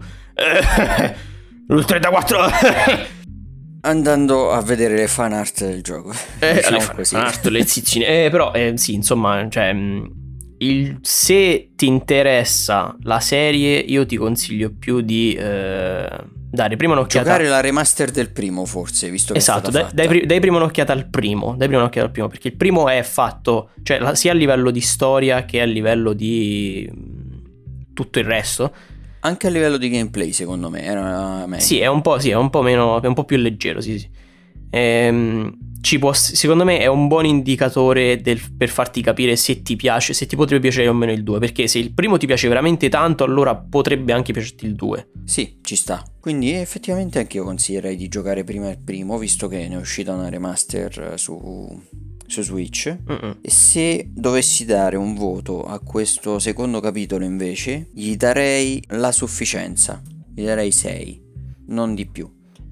trentaquattro andando a vedere le fan art del gioco. Eh, diciamo le fan, così. fan art, le zizzine. Eh, però eh, sì, insomma, cioè il, se ti interessa la serie, io ti consiglio più di eh, dare prima un'occhiata. Giocare la remaster del primo, forse, visto che esatto, è stata dai, fatta. dai, dai prima un'occhiata al primo, dai prima un'occhiata al primo, perché il primo è fatto, cioè la, sia a livello di storia che a livello di tutto il resto. Anche a livello di gameplay, secondo me, era meglio. Sì, è un po', sì, è un po' meno, è un po' più leggero, sì, sì. Ehm, ci può, secondo me è un buon indicatore del, per farti capire se ti piace, se ti potrebbe piacere o meno il due, perché se il primo ti piace veramente tanto, allora potrebbe anche piacerti il due. Sì, ci sta. Quindi effettivamente anche io consiglierei di giocare prima il primo, visto che ne è uscita una remaster su, su Switch. Mm-mm. E se dovessi dare un voto a questo secondo capitolo invece, gli darei la sufficienza, gli darei sei, non di più.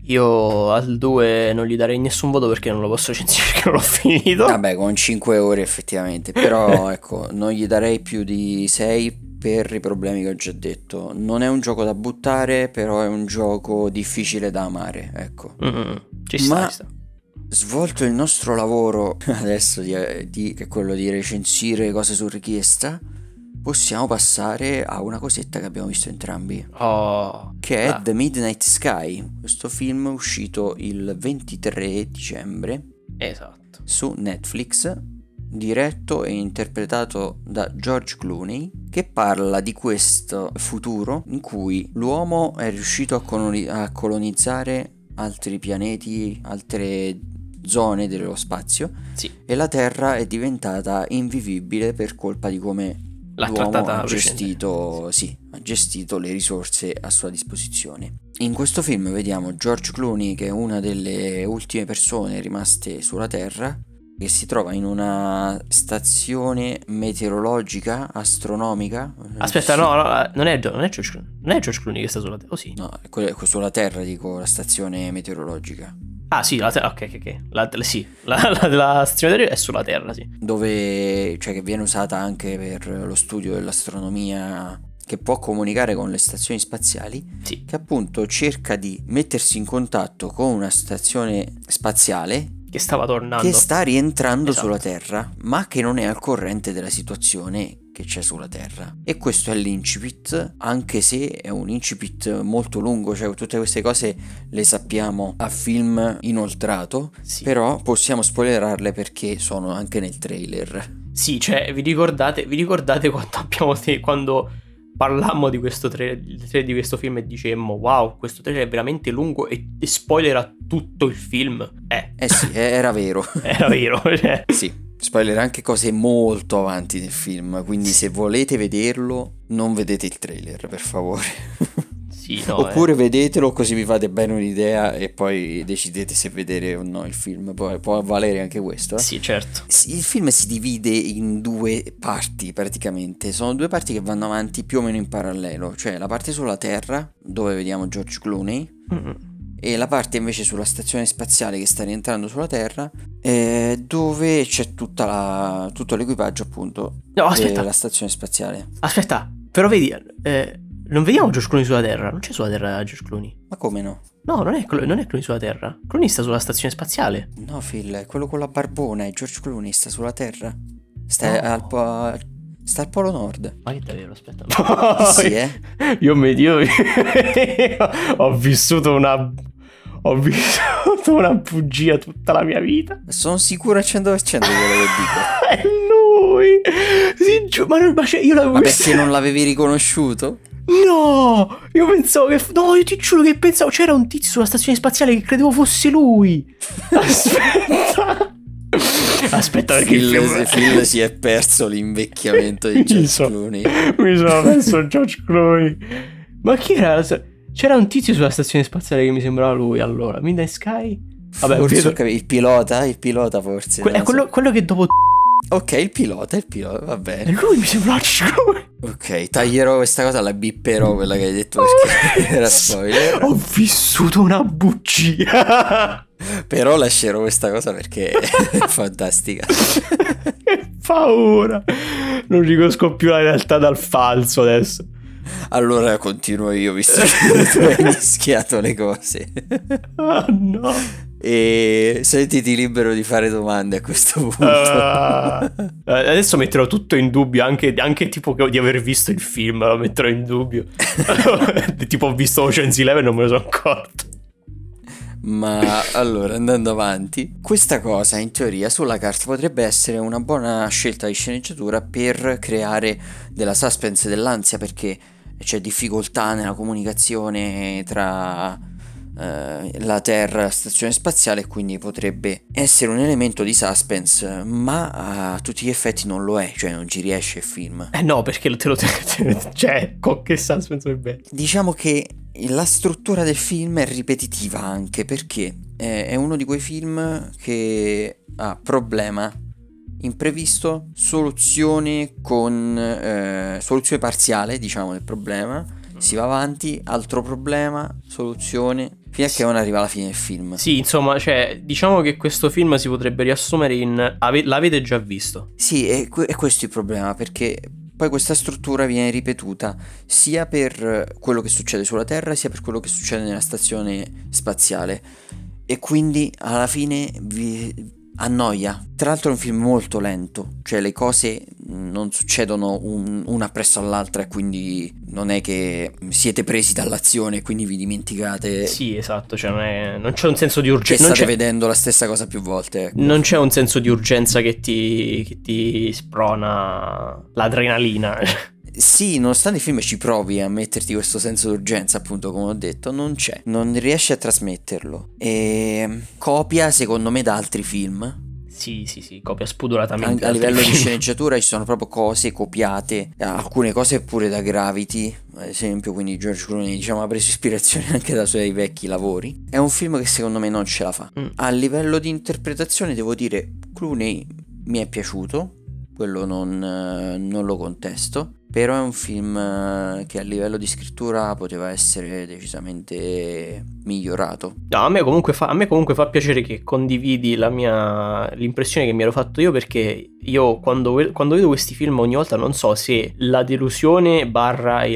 Io al due non gli darei nessun voto perché non lo posso recensire perché non l'ho finito. Vabbè, con cinque ore effettivamente, però ecco, non gli darei più di sei per i problemi che ho già detto. Non è un gioco da buttare, però è un gioco difficile da amare, ecco. Mm-mm. Ci sta, Ma ci sta. svolto il nostro lavoro adesso di, di- che è quello di recensire cose su richiesta, possiamo passare a una cosetta che abbiamo visto entrambi, Oh, che è ah, The Midnight Sky, questo film uscito il ventitré dicembre esatto. su Netflix, diretto e interpretato da George Clooney, che parla di questo futuro in cui l'uomo è riuscito a, coloni- a colonizzare altri pianeti, altre zone dello spazio, Sì, e la Terra è diventata invivibile per colpa di come l'ha l'uomo trattata ha precedente. gestito, sì, ha gestito le risorse a sua disposizione. In questo film vediamo George Clooney, che è una delle ultime persone rimaste sulla Terra, che si trova in una stazione meteorologica, astronomica. Aspetta, Sì. no, no, non è, non è George Clooney. Non è George Clooney che sta sulla Terra. Oh sì. No, è que- sulla Terra, dico, la stazione meteorologica, Ah sì, la Terra. Ok, ok, ok. La, la- sì, la, la, la stazione meteorologica è sulla Terra, sì. dove, cioè, che viene usata anche per lo studio dell'astronomia, che può comunicare con le stazioni spaziali, Sì, che appunto cerca di mettersi in contatto con una stazione spaziale che stava tornando. che sta rientrando Esatto. sulla Terra, ma che non è al corrente della situazione che c'è sulla Terra. E questo è l'incipit, anche se è un incipit molto lungo, cioè tutte queste cose le sappiamo a film inoltrato, Sì. però possiamo spoilerarle perché sono anche nel trailer. Sì, cioè, vi ricordate, vi ricordate quando abbiamo te, quando parlammo di questo trailer, di questo film e dicemmo wow, questo trailer è veramente lungo e, e spoilera tutto il film? Eh, Eh sì, era vero. era vero, cioè. Sì, spoiler anche cose molto avanti nel film, quindi se volete vederlo non vedete il trailer, per favore. Sì, no, Oppure eh. vedetelo così vi fate bene un'idea e poi decidete se vedere o no il film. Poi può valere anche questo. Eh? Sì, certo. Sì, il film si divide in due parti praticamente. Sono due parti che vanno avanti più o meno in parallelo. Cioè la parte sulla Terra, dove vediamo George Clooney, Mm-mm. e la parte invece sulla stazione spaziale che sta rientrando sulla Terra, eh, dove c'è tutta la, tutto l'equipaggio appunto No, aspetta, della stazione spaziale. aspetta, però vedi, eh, non vediamo George Clooney sulla Terra, non c'è sulla Terra George Clooney. Ma come no? No, non è, Clo- non è Clooney sulla Terra. Clooney sta sulla stazione spaziale. No, Phil, è quello con la barbona, è George Clooney, sta sulla Terra. Sta, No. al, po- sta al Polo Nord. Ma che davvero, aspetta. Sì, eh? Io mi io, ho vissuto una ho vissuto una bugia tutta la mia vita. Sono sicuro al cento per cento di quello che dico. È lui. Sì, giù, ma, non, ma cioè, io l'avevo Ma visto. perché non l'avevi riconosciuto? No, io pensavo che no, io ti giuro che pensavo c'era un tizio sulla stazione spaziale che credevo fosse lui. Aspetta. Aspetta perché il Phil, film... Phil si è perso l'invecchiamento di Mi George so- Clooney. Mi sono messo George Clooney. Ma chi era? C'era un tizio sulla stazione spaziale che mi sembrava lui allora. Midnight Sky? Vabbè, Forse vedo- ho capito, il pilota, il pilota forse. Que- non è so. quello, quello che dopo... Ok, il pilota, il pilota, va E bene. lui mi sembrava George Clooney. Ok, taglierò questa cosa, la bipperò quella che hai detto perché era spoiler. Ho vissuto una bugia. Però lascerò questa cosa perché è fantastica. Che paura. Non riconosco più la realtà dal falso adesso. Allora continuo io, visto che tu hai mischiato le cose. Ah no. E sentiti libero di fare domande a questo punto. Ah. Adesso metterò tutto in dubbio, anche, anche tipo che- di aver visto il film, lo metterò in dubbio. Tipo ho visto Ocean's Eleven e non me ne sono accorto. Ma allora, andando avanti, questa cosa in teoria sulla carta potrebbe essere una buona scelta di sceneggiatura per creare della suspense, dell'ansia, perché c'è difficoltà nella comunicazione tra eh, la Terra e la stazione spaziale, e quindi potrebbe essere un elemento di suspense, ma a tutti gli effetti non lo è, cioè non ci riesce il film. Eh no, perché te lo te, cioè, con che suspense è bello. Diciamo che la struttura del film è ripetitiva, anche perché eh, è uno di quei film che ha problema imprevisto, soluzione con eh, soluzione parziale, diciamo, del problema, si va avanti, altro problema, soluzione, fino a che non arriva alla fine del film. Sì, insomma, cioè, diciamo che questo film si potrebbe riassumere in ave- l'avete già visto. Sì, e que- è questo il problema, perché poi questa struttura viene ripetuta sia per quello che succede sulla Terra, sia per quello che succede nella stazione spaziale. E quindi alla fine vi annoia. Tra l'altro è un film molto lento, cioè le cose non succedono un- una presso all'altra e quindi non è che siete presi dall'azione e quindi vi dimenticate Sì, esatto, cioè non, è- non c'è un senso di che urgenza. state Non c'è, vedendo la stessa cosa più volte. Ecco. non c'è un senso di urgenza che ti, che ti sprona l'adrenalina. Sì, nonostante il film ci provi a metterti questo senso d'urgenza, appunto, come ho detto, non c'è, non riesce a trasmetterlo. E copia, secondo me, da altri film. Sì, sì, sì, copia A, spudoratamente a altri livello di film. sceneggiatura ci sono proprio cose copiate, alcune cose pure da Gravity, ad esempio, quindi George Clooney, diciamo, ha preso ispirazione anche dai suoi vecchi lavori. È un film che secondo me non ce la fa. Mm. A livello di interpretazione devo dire, Clooney mi è piaciuto, quello non, eh, non lo contesto, però è un film eh, che a livello di scrittura poteva essere decisamente migliorato. No, a me comunque fa, a me comunque fa piacere che condividi la mia, l'impressione che mi ero fatto io, perché io quando, quando vedo questi film ogni volta non so se la delusione barra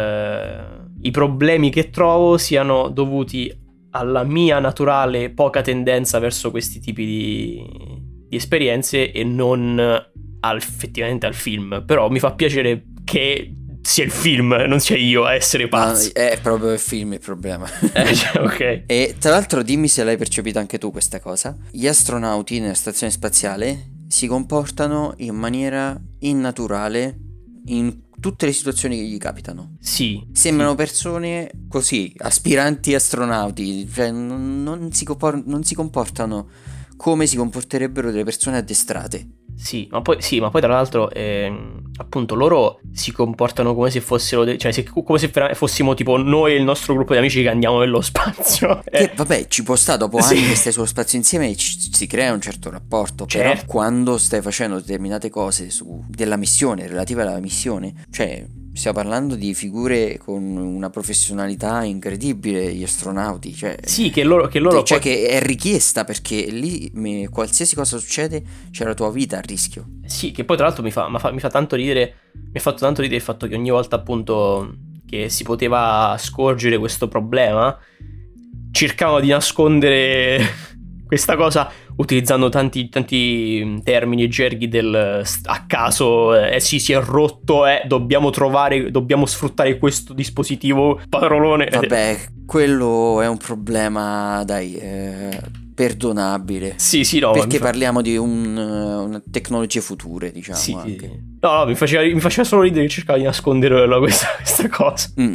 il, i problemi che trovo siano dovuti alla mia naturale poca tendenza verso questi tipi di, di esperienze e non al, effettivamente al film. Però mi fa piacere che sia il film, non sia io a essere pazzo. Ma è proprio il film il problema. Eh, cioè, ok. E tra l'altro dimmi se l'hai percepita anche tu questa cosa. Gli astronauti nella stazione spaziale si comportano in maniera innaturale in tutte le situazioni che gli capitano. Sì. Sembrano persone così, aspiranti astronauti, cioè non, non si compor- non si comportano come si comporterebbero delle persone addestrate. Sì, ma poi, sì, ma poi tra l'altro, ehm, appunto, loro si comportano come se fossero, de- cioè se- come se vera- fossimo tipo noi e il nostro gruppo di amici che andiamo nello spazio. Che Eh, vabbè, ci può stare dopo Sì. anni che stai sullo spazio insieme e ci- si crea un certo rapporto. Però Certo. quando stai facendo determinate cose su della missione, relative alla missione, cioè stiamo parlando di figure con una professionalità incredibile, gli astronauti, cioè, Sì, che loro, che loro cioè poi- che è richiesta perché lì me- qualsiasi cosa succede c'è la tua vita a rischio. Sì, che poi tra l'altro mi fa, ma fa- mi fa tanto ridere, mi ha fatto tanto ridere il fatto che ogni volta appunto che si poteva scorgere questo problema, cercavano di nascondere questa cosa utilizzando tanti, tanti termini e gerghi del a caso, eh sì, si è rotto, eh, dobbiamo trovare, dobbiamo sfruttare questo dispositivo parolone. Vabbè, quello è un problema, dai, eh, perdonabile. Sì, sì, no. Perché mi fa- parliamo di un, eh, una tecnologie future, diciamo, Sì, anche. no, no, mi faceva, mi faceva solo ridere che cercava di nascondere la- questa, questa cosa. Mm,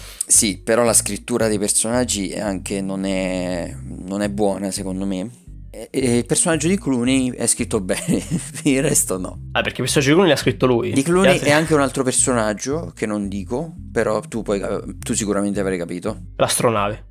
sì, però la scrittura dei personaggi anche non è, non è buona, secondo me. E, e il personaggio di Clooney è scritto bene, il resto no. Ah, perché questo gioco l'ha scritto lui. Di Gli Clooney altri- è anche un altro personaggio che non dico, però tu, puoi, tu sicuramente avrai capito. L'astronave.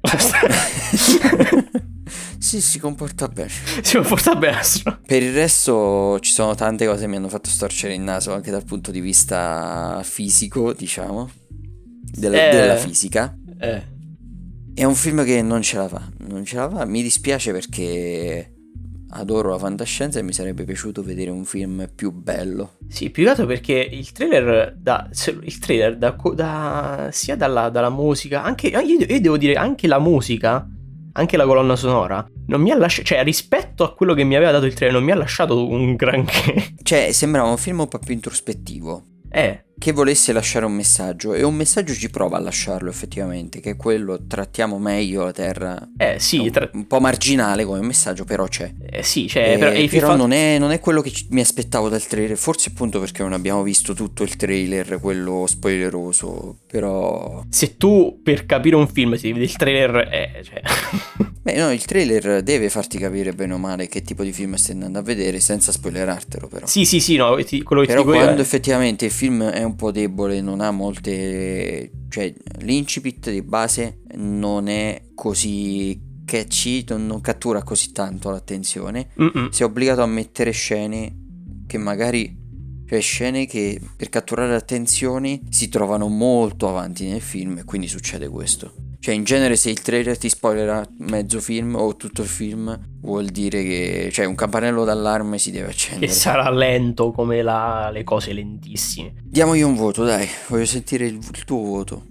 Sì, si comporta bene. Si comporta bene l'astronave. Per il resto ci sono tante cose che mi hanno fatto storcere il naso anche dal punto di vista fisico, diciamo, del- Eh. della fisica. Eh. È un film che non ce la fa, non ce la fa, mi dispiace perché adoro la fantascienza e mi sarebbe piaciuto vedere un film più bello. Sì, più che altro perché il trailer da, se- il trailer da, co- da- sia dalla, dalla musica, anche io, io devo dire anche la musica, anche la colonna sonora, non mi ha lasciato, cioè rispetto a quello che mi aveva dato il trailer, non mi ha lasciato un granché. Cioè, sembrava un film un po' più introspettivo, Eh, che volesse lasciare un messaggio, e un messaggio ci prova a lasciarlo effettivamente, che è quello: trattiamo meglio la Terra. eh sì, un, tra- un po' marginale come messaggio, però c'è. eh, sì, cioè, Eh, però, e il però fatto- non, è, non è quello che ci- mi aspettavo dal trailer, forse appunto perché non abbiamo visto tutto il trailer, quello spoileroso, però... se tu per capire un film ti vedi il trailer, eh, cioè... Beh no, il trailer deve farti capire bene o male che tipo di film stai andando a vedere senza spoilerartelo, però. Sì, sì, sì, no, ti- quello che Però ti dico io quando è- effettivamente il film è un po' debole, non ha molte... cioè l'incipit di base non è così catchy, non, non cattura così tanto l'attenzione, Mm-mm. si è obbligato a mettere scene che magari, cioè scene che per catturare l'attenzione si trovano molto avanti nel film e quindi succede questo. Cioè in genere se il trailer ti spoilerà mezzo film o tutto il film vuol dire che, cioè, un campanello d'allarme si deve accendere. Che sarà lento come la, le cose lentissime. Diamogli un voto, dai, voglio sentire il, il tuo voto.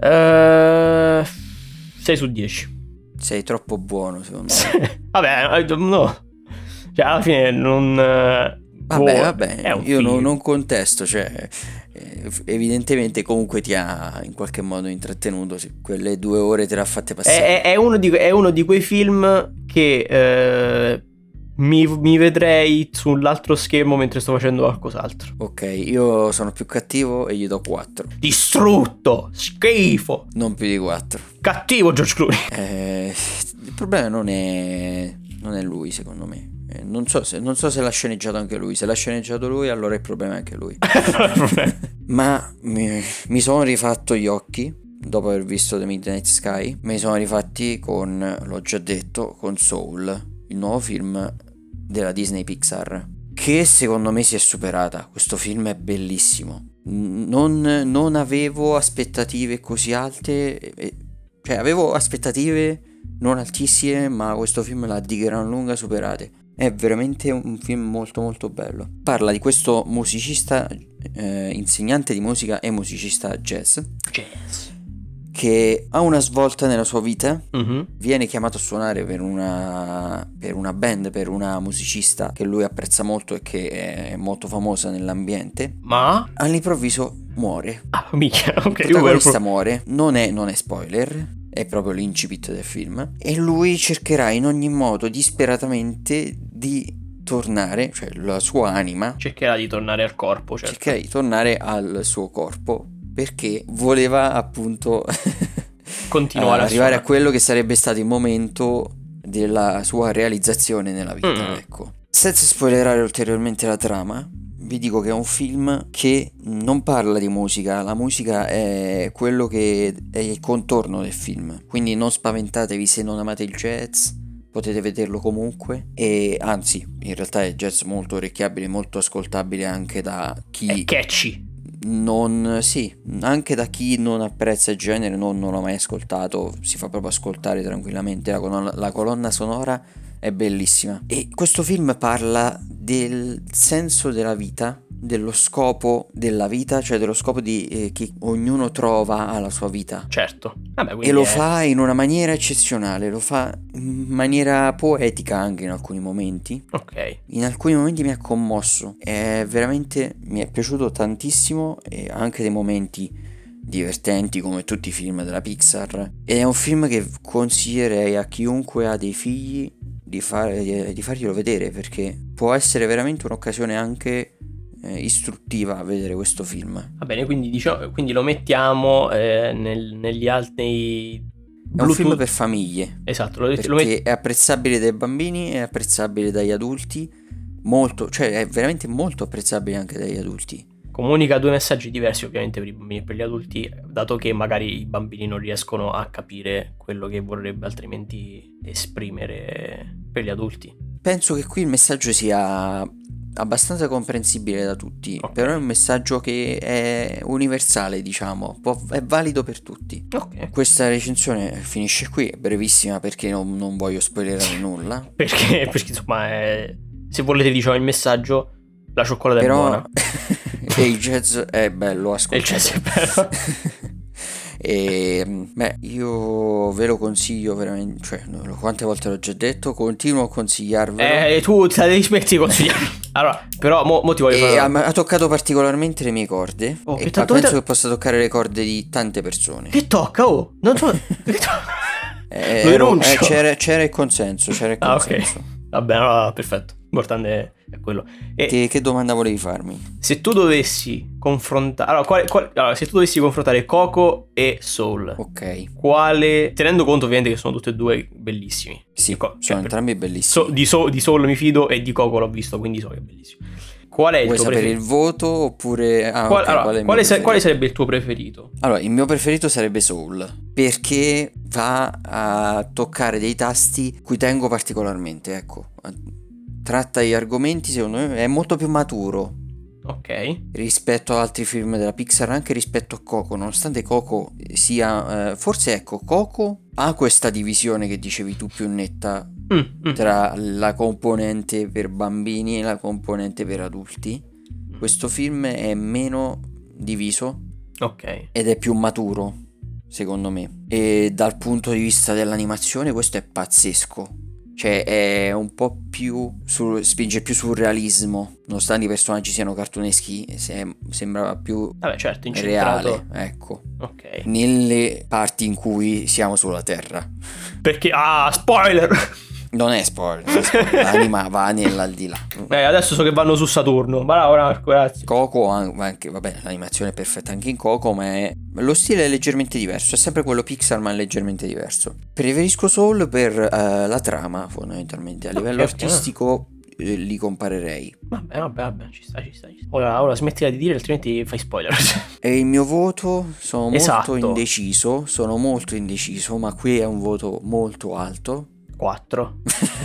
Uh, sei su dieci. Sei troppo buono secondo me. Vabbè, no. Cioè alla fine non... Vabbè, vabbè, io film. non, non contesto, cioè eh, evidentemente comunque ti ha in qualche modo intrattenuto, se quelle due ore te l'ha fatte passare. È, è, uno, di, è uno di quei film che eh, mi, mi vedrei sull'altro schermo mentre sto facendo qualcos'altro. Ok, io sono più cattivo e gli do quattro. Distrutto, schifo. Non più di quattro. Cattivo George Clooney. Eh, il problema non è, non è lui secondo me. Non so, se, non so se l'ha sceneggiato anche lui. Se l'ha sceneggiato lui, allora il problema è anche lui. Ma mi, mi sono rifatto gli occhi dopo aver visto The Midnight Sky. Me li sono rifatti con, l'ho già detto, con Soul, il nuovo film della Disney Pixar, che secondo me si è superata. Questo film è bellissimo. Non, non avevo aspettative così alte. E, cioè avevo aspettative non altissime, ma questo film l'ha di gran lunga superate. È veramente un film molto molto bello. Parla di questo musicista, eh, insegnante di musica e musicista jazz, Jazz. che ha una svolta nella sua vita. Mm-hmm. Viene chiamato a suonare per una, per una band, per una musicista che lui apprezza molto e che è molto famosa nell'ambiente. Ma all'improvviso muore. Ah, mica, ok. Il protagonista muore. Non è, non è spoiler, è proprio l'incipit del film, e lui cercherà in ogni modo disperatamente di tornare, cioè la sua anima cercherà di tornare al corpo, certo. cercherà di tornare al suo corpo, perché voleva appunto continuare a arrivare suonare. a quello che sarebbe stato il momento della sua realizzazione nella vita. Mm. Ecco, senza spoilerare ulteriormente la trama, vi dico che è un film che non parla di musica. La musica è quello che è il contorno del film, quindi non spaventatevi se non amate il jazz, potete vederlo comunque. E anzi, in realtà è jazz molto orecchiabile, molto ascoltabile anche da chi è catchy. Non, sì, anche da chi non apprezza il genere, non, non l'ho mai ascoltato, si fa proprio ascoltare tranquillamente. La colonna, la colonna sonora è bellissima. E questo film parla del senso della vita, dello scopo della vita, cioè dello scopo di eh, che ognuno trova alla sua vita. Certo. Vabbè, e lo è... fa in una maniera eccezionale, lo fa in maniera poetica anche in alcuni momenti. Ok. In alcuni momenti mi ha commosso, è veramente, mi è piaciuto tantissimo, e anche dei momenti divertenti come tutti i film della Pixar. Ed è un film che consiglierei a chiunque ha dei figli di, fare, di farglielo vedere, perché può essere veramente un'occasione anche eh, istruttiva a vedere questo film. Va bene, quindi, diciamo, quindi lo mettiamo eh, nel, negli altri... È Bluetooth. Un film per famiglie. Esatto, lo, perché lo met... è apprezzabile dai bambini, è apprezzabile dagli adulti, molto, cioè è veramente molto apprezzabile anche dagli adulti. Comunica due messaggi diversi ovviamente per i bambini e per gli adulti, dato che magari i bambini non riescono a capire quello che vorrebbe altrimenti esprimere per gli adulti. Penso che qui il messaggio sia abbastanza comprensibile da tutti, okay. Però è un messaggio che è universale, diciamo, può, è valido per tutti. Okay. Questa recensione finisce qui, è brevissima perché non, non voglio spoilerare nulla. Perché, perché insomma, è... se volete diciamo il messaggio, la cioccolata però... è buona. E il jazz è bello, ascoltate. Il jazz è bello. E beh, io ve lo consiglio veramente, cioè quante volte l'ho già detto, continuo a consigliarvelo. Eh, tu ti smetti di consigliare. Allora, però mo, mo ti voglio fare... ha, ha toccato particolarmente le mie corde. Oh, e tanto penso te... che possa toccare le corde di tante persone. Che tocca, oh? Non so... eh, ero, eh, c'era, c'era il consenso, c'era il consenso. Ah, ok. Vabbè, allora, perfetto. L'importante è quello. E che, che domanda volevi farmi? Se tu dovessi confrontare... Allora, quale, quale... allora, se tu dovessi confrontare Coco e Soul, ok, quale... tenendo conto ovviamente che sono tutti e due bellissimi. Sì, Co... sono cioè, entrambi bellissimi. So, di, so, di Soul mi fido e di Coco l'ho visto, quindi so che è bellissimo. Qual è il Vuoi tuo sapere preferito? il voto oppure... Ah, Qual... okay, allora, qual è quale, sa... quale preferito? sarebbe il tuo preferito? Allora, il mio preferito sarebbe Soul, perché va a toccare dei tasti cui tengo particolarmente, ecco. tratta gli argomenti, secondo me è molto più maturo. Ok. Rispetto ad altri film della Pixar, anche rispetto a Coco, nonostante Coco sia... Eh, forse ecco, Coco ha questa divisione che dicevi tu più netta Mm, mm. tra la componente per bambini e la componente per adulti. Questo film è meno diviso. Ok. Ed è più maturo, secondo me. E dal punto di vista dell'animazione questo è pazzesco. Cioè è un po' più sul, spinge più sul realismo, nonostante i personaggi siano cartuneschi, se, sembra più Vabbè, certo, incentrato. reale, ecco. Ok. Nelle parti in cui siamo sulla Terra. Perché ah, spoiler. Non è spoiler, non è spoiler. L'anima va nell'aldilà. Eh, adesso so che vanno su Saturno. Bravo, Marco, grazie. Coco anche, vabbè, l'animazione è perfetta anche in Coco, ma è, lo stile è leggermente diverso, è sempre quello Pixar ma è leggermente diverso. Preferisco Soul per uh, la trama, fondamentalmente. A livello Okay, artistico eh, li comparerei. Vabbè, vabbè, vabbè, ci sta, ci sta. Ci sta. Ora, ora smettila di dire, altrimenti fai spoiler. E il mio voto, sono molto Esatto. indeciso, sono molto indeciso, ma qui è un voto molto alto. quattro.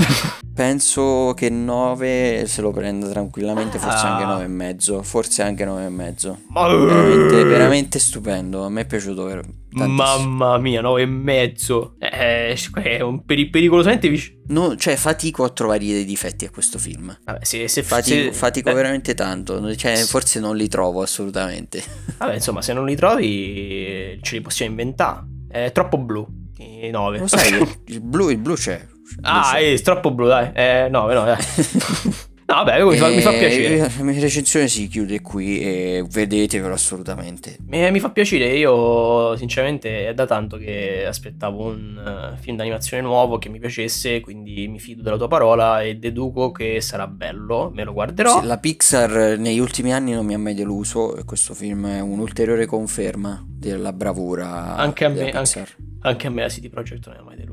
Penso che nove se lo prenda tranquillamente, forse Ah. anche nove e mezzo, forse anche nove e mezzo. Ma- Veramente, veramente stupendo, a me è piaciuto ver- tantissimo. Mamma mia, nove e mezzo. Eh, è un peri- pericolosamente vicino. No, cioè fatico a trovare dei difetti a questo film. Vabbè, se, se Fatico, se- fatico eh, veramente tanto, cioè forse non li trovo assolutamente. Vabbè, insomma, se non li trovi, ce li possiamo inventare. È troppo blu. I nove. Lo sai, che il blu, il blu c'è. Il blu Ah, c'è. è troppo blu, dai. Eh, nove, no, dai. No, vabbè, mi fa, mi fa E piacere. La mia recensione si chiude qui e vedetevelo assolutamente. Mi, mi fa piacere, io sinceramente è da tanto che aspettavo un uh, film d'animazione nuovo che mi piacesse, quindi mi fido della tua parola e deduco che sarà bello, me lo guarderò. Sì, la Pixar negli ultimi anni non mi ha mai deluso e questo film è un'ulteriore conferma della bravura Anche a della me, Pixar. anche, anche a me la City Project non mi ha mai deluso.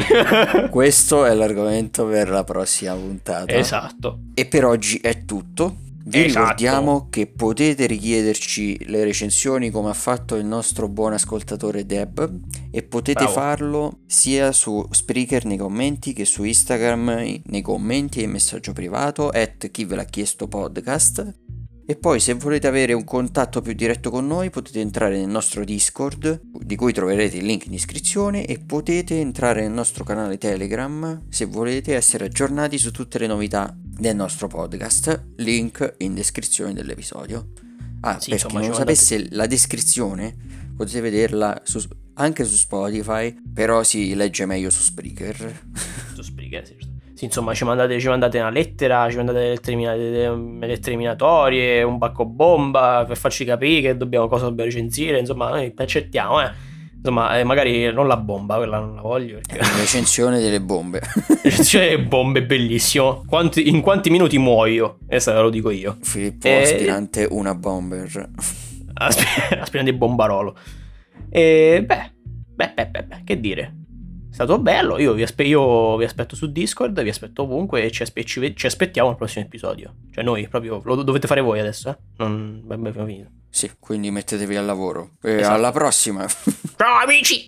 Questo è l'argomento per la prossima puntata. Esatto. E per oggi è tutto. Vi Esatto. ricordiamo che potete richiederci le recensioni come ha fatto il nostro buon ascoltatore Deb e potete Bravo. farlo sia su Spreaker nei commenti che su Instagram nei commenti e messaggio privato at chi ve l'ha chiesto podcast. E poi se volete avere un contatto più diretto con noi potete entrare nel nostro Discord, di cui troverete il link in descrizione, e potete entrare nel nostro canale Telegram se volete essere aggiornati su tutte le novità del nostro podcast, link in descrizione dell'episodio. Ah, Sì, per insomma, chi non ci lo sapesse, la descrizione potete vederla su- anche su Spotify, però si legge meglio su Spreaker. Su Spreaker, sì, giusto. Sì, insomma, ci mandate, ci mandate una lettera, ci mandate delle lettere, mina- delle lettere minatorie, un pacco bomba per farci capire che dobbiamo, cosa dobbiamo recensire. Insomma, noi accettiamo, eh. Insomma, eh, magari non la bomba, quella non la voglio. Perché... Recensione delle bombe. Recensione delle bombe, bellissimo. Quanti, in quanti minuti muoio? Questo ve lo dico io. Filippo, Eh, aspirante una bomber. Asp- aspirante bombarolo. E beh, beh, beh, beh, beh, che dire. È stato bello, io vi, aspe- io vi aspetto su Discord, vi aspetto ovunque e ci, aspe- ci, ve- ci aspettiamo al prossimo episodio. Cioè noi proprio, lo dovete fare voi adesso, eh? Non abbiamo finito. Sì, quindi mettetevi al lavoro. E Esatto. alla prossima. Ciao amici!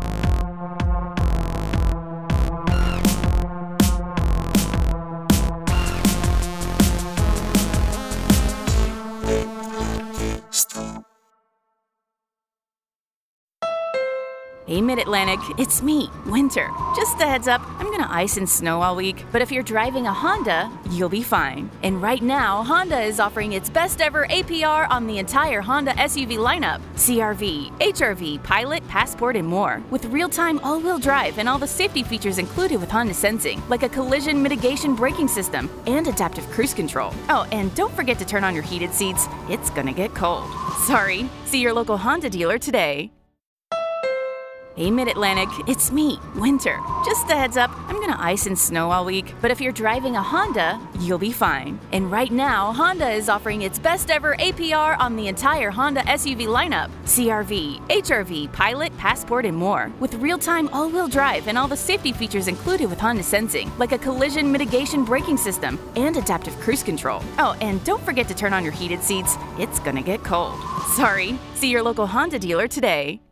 Hey, Mid-Atlantic, it's me, Winter. Just a heads up, I'm gonna ice and snow all week, but if you're driving a Honda, you'll be fine. And right now, Honda is offering its best ever A P R on the entire Honda S U V lineup. C R V, H R V, Pilot, Passport, and more. With real-time all-wheel drive and all the safety features included with Honda Sensing, like a collision mitigation braking system and adaptive cruise control. Oh, and don't forget to turn on your heated seats. It's gonna get cold. Sorry. See your local Honda dealer today. Hey, Mid-Atlantic, it's me, Winter. Just a heads up, I'm gonna ice and snow all week, but if you're driving a Honda, you'll be fine. And right now, Honda is offering its best ever A P R on the entire Honda S U V lineup. C R V, H R V, Pilot, Passport, and more. With real-time all-wheel drive and all the safety features included with Honda Sensing, like a collision mitigation braking system and adaptive cruise control. Oh, and don't forget to turn on your heated seats. It's gonna get cold. Sorry. See your local Honda dealer today.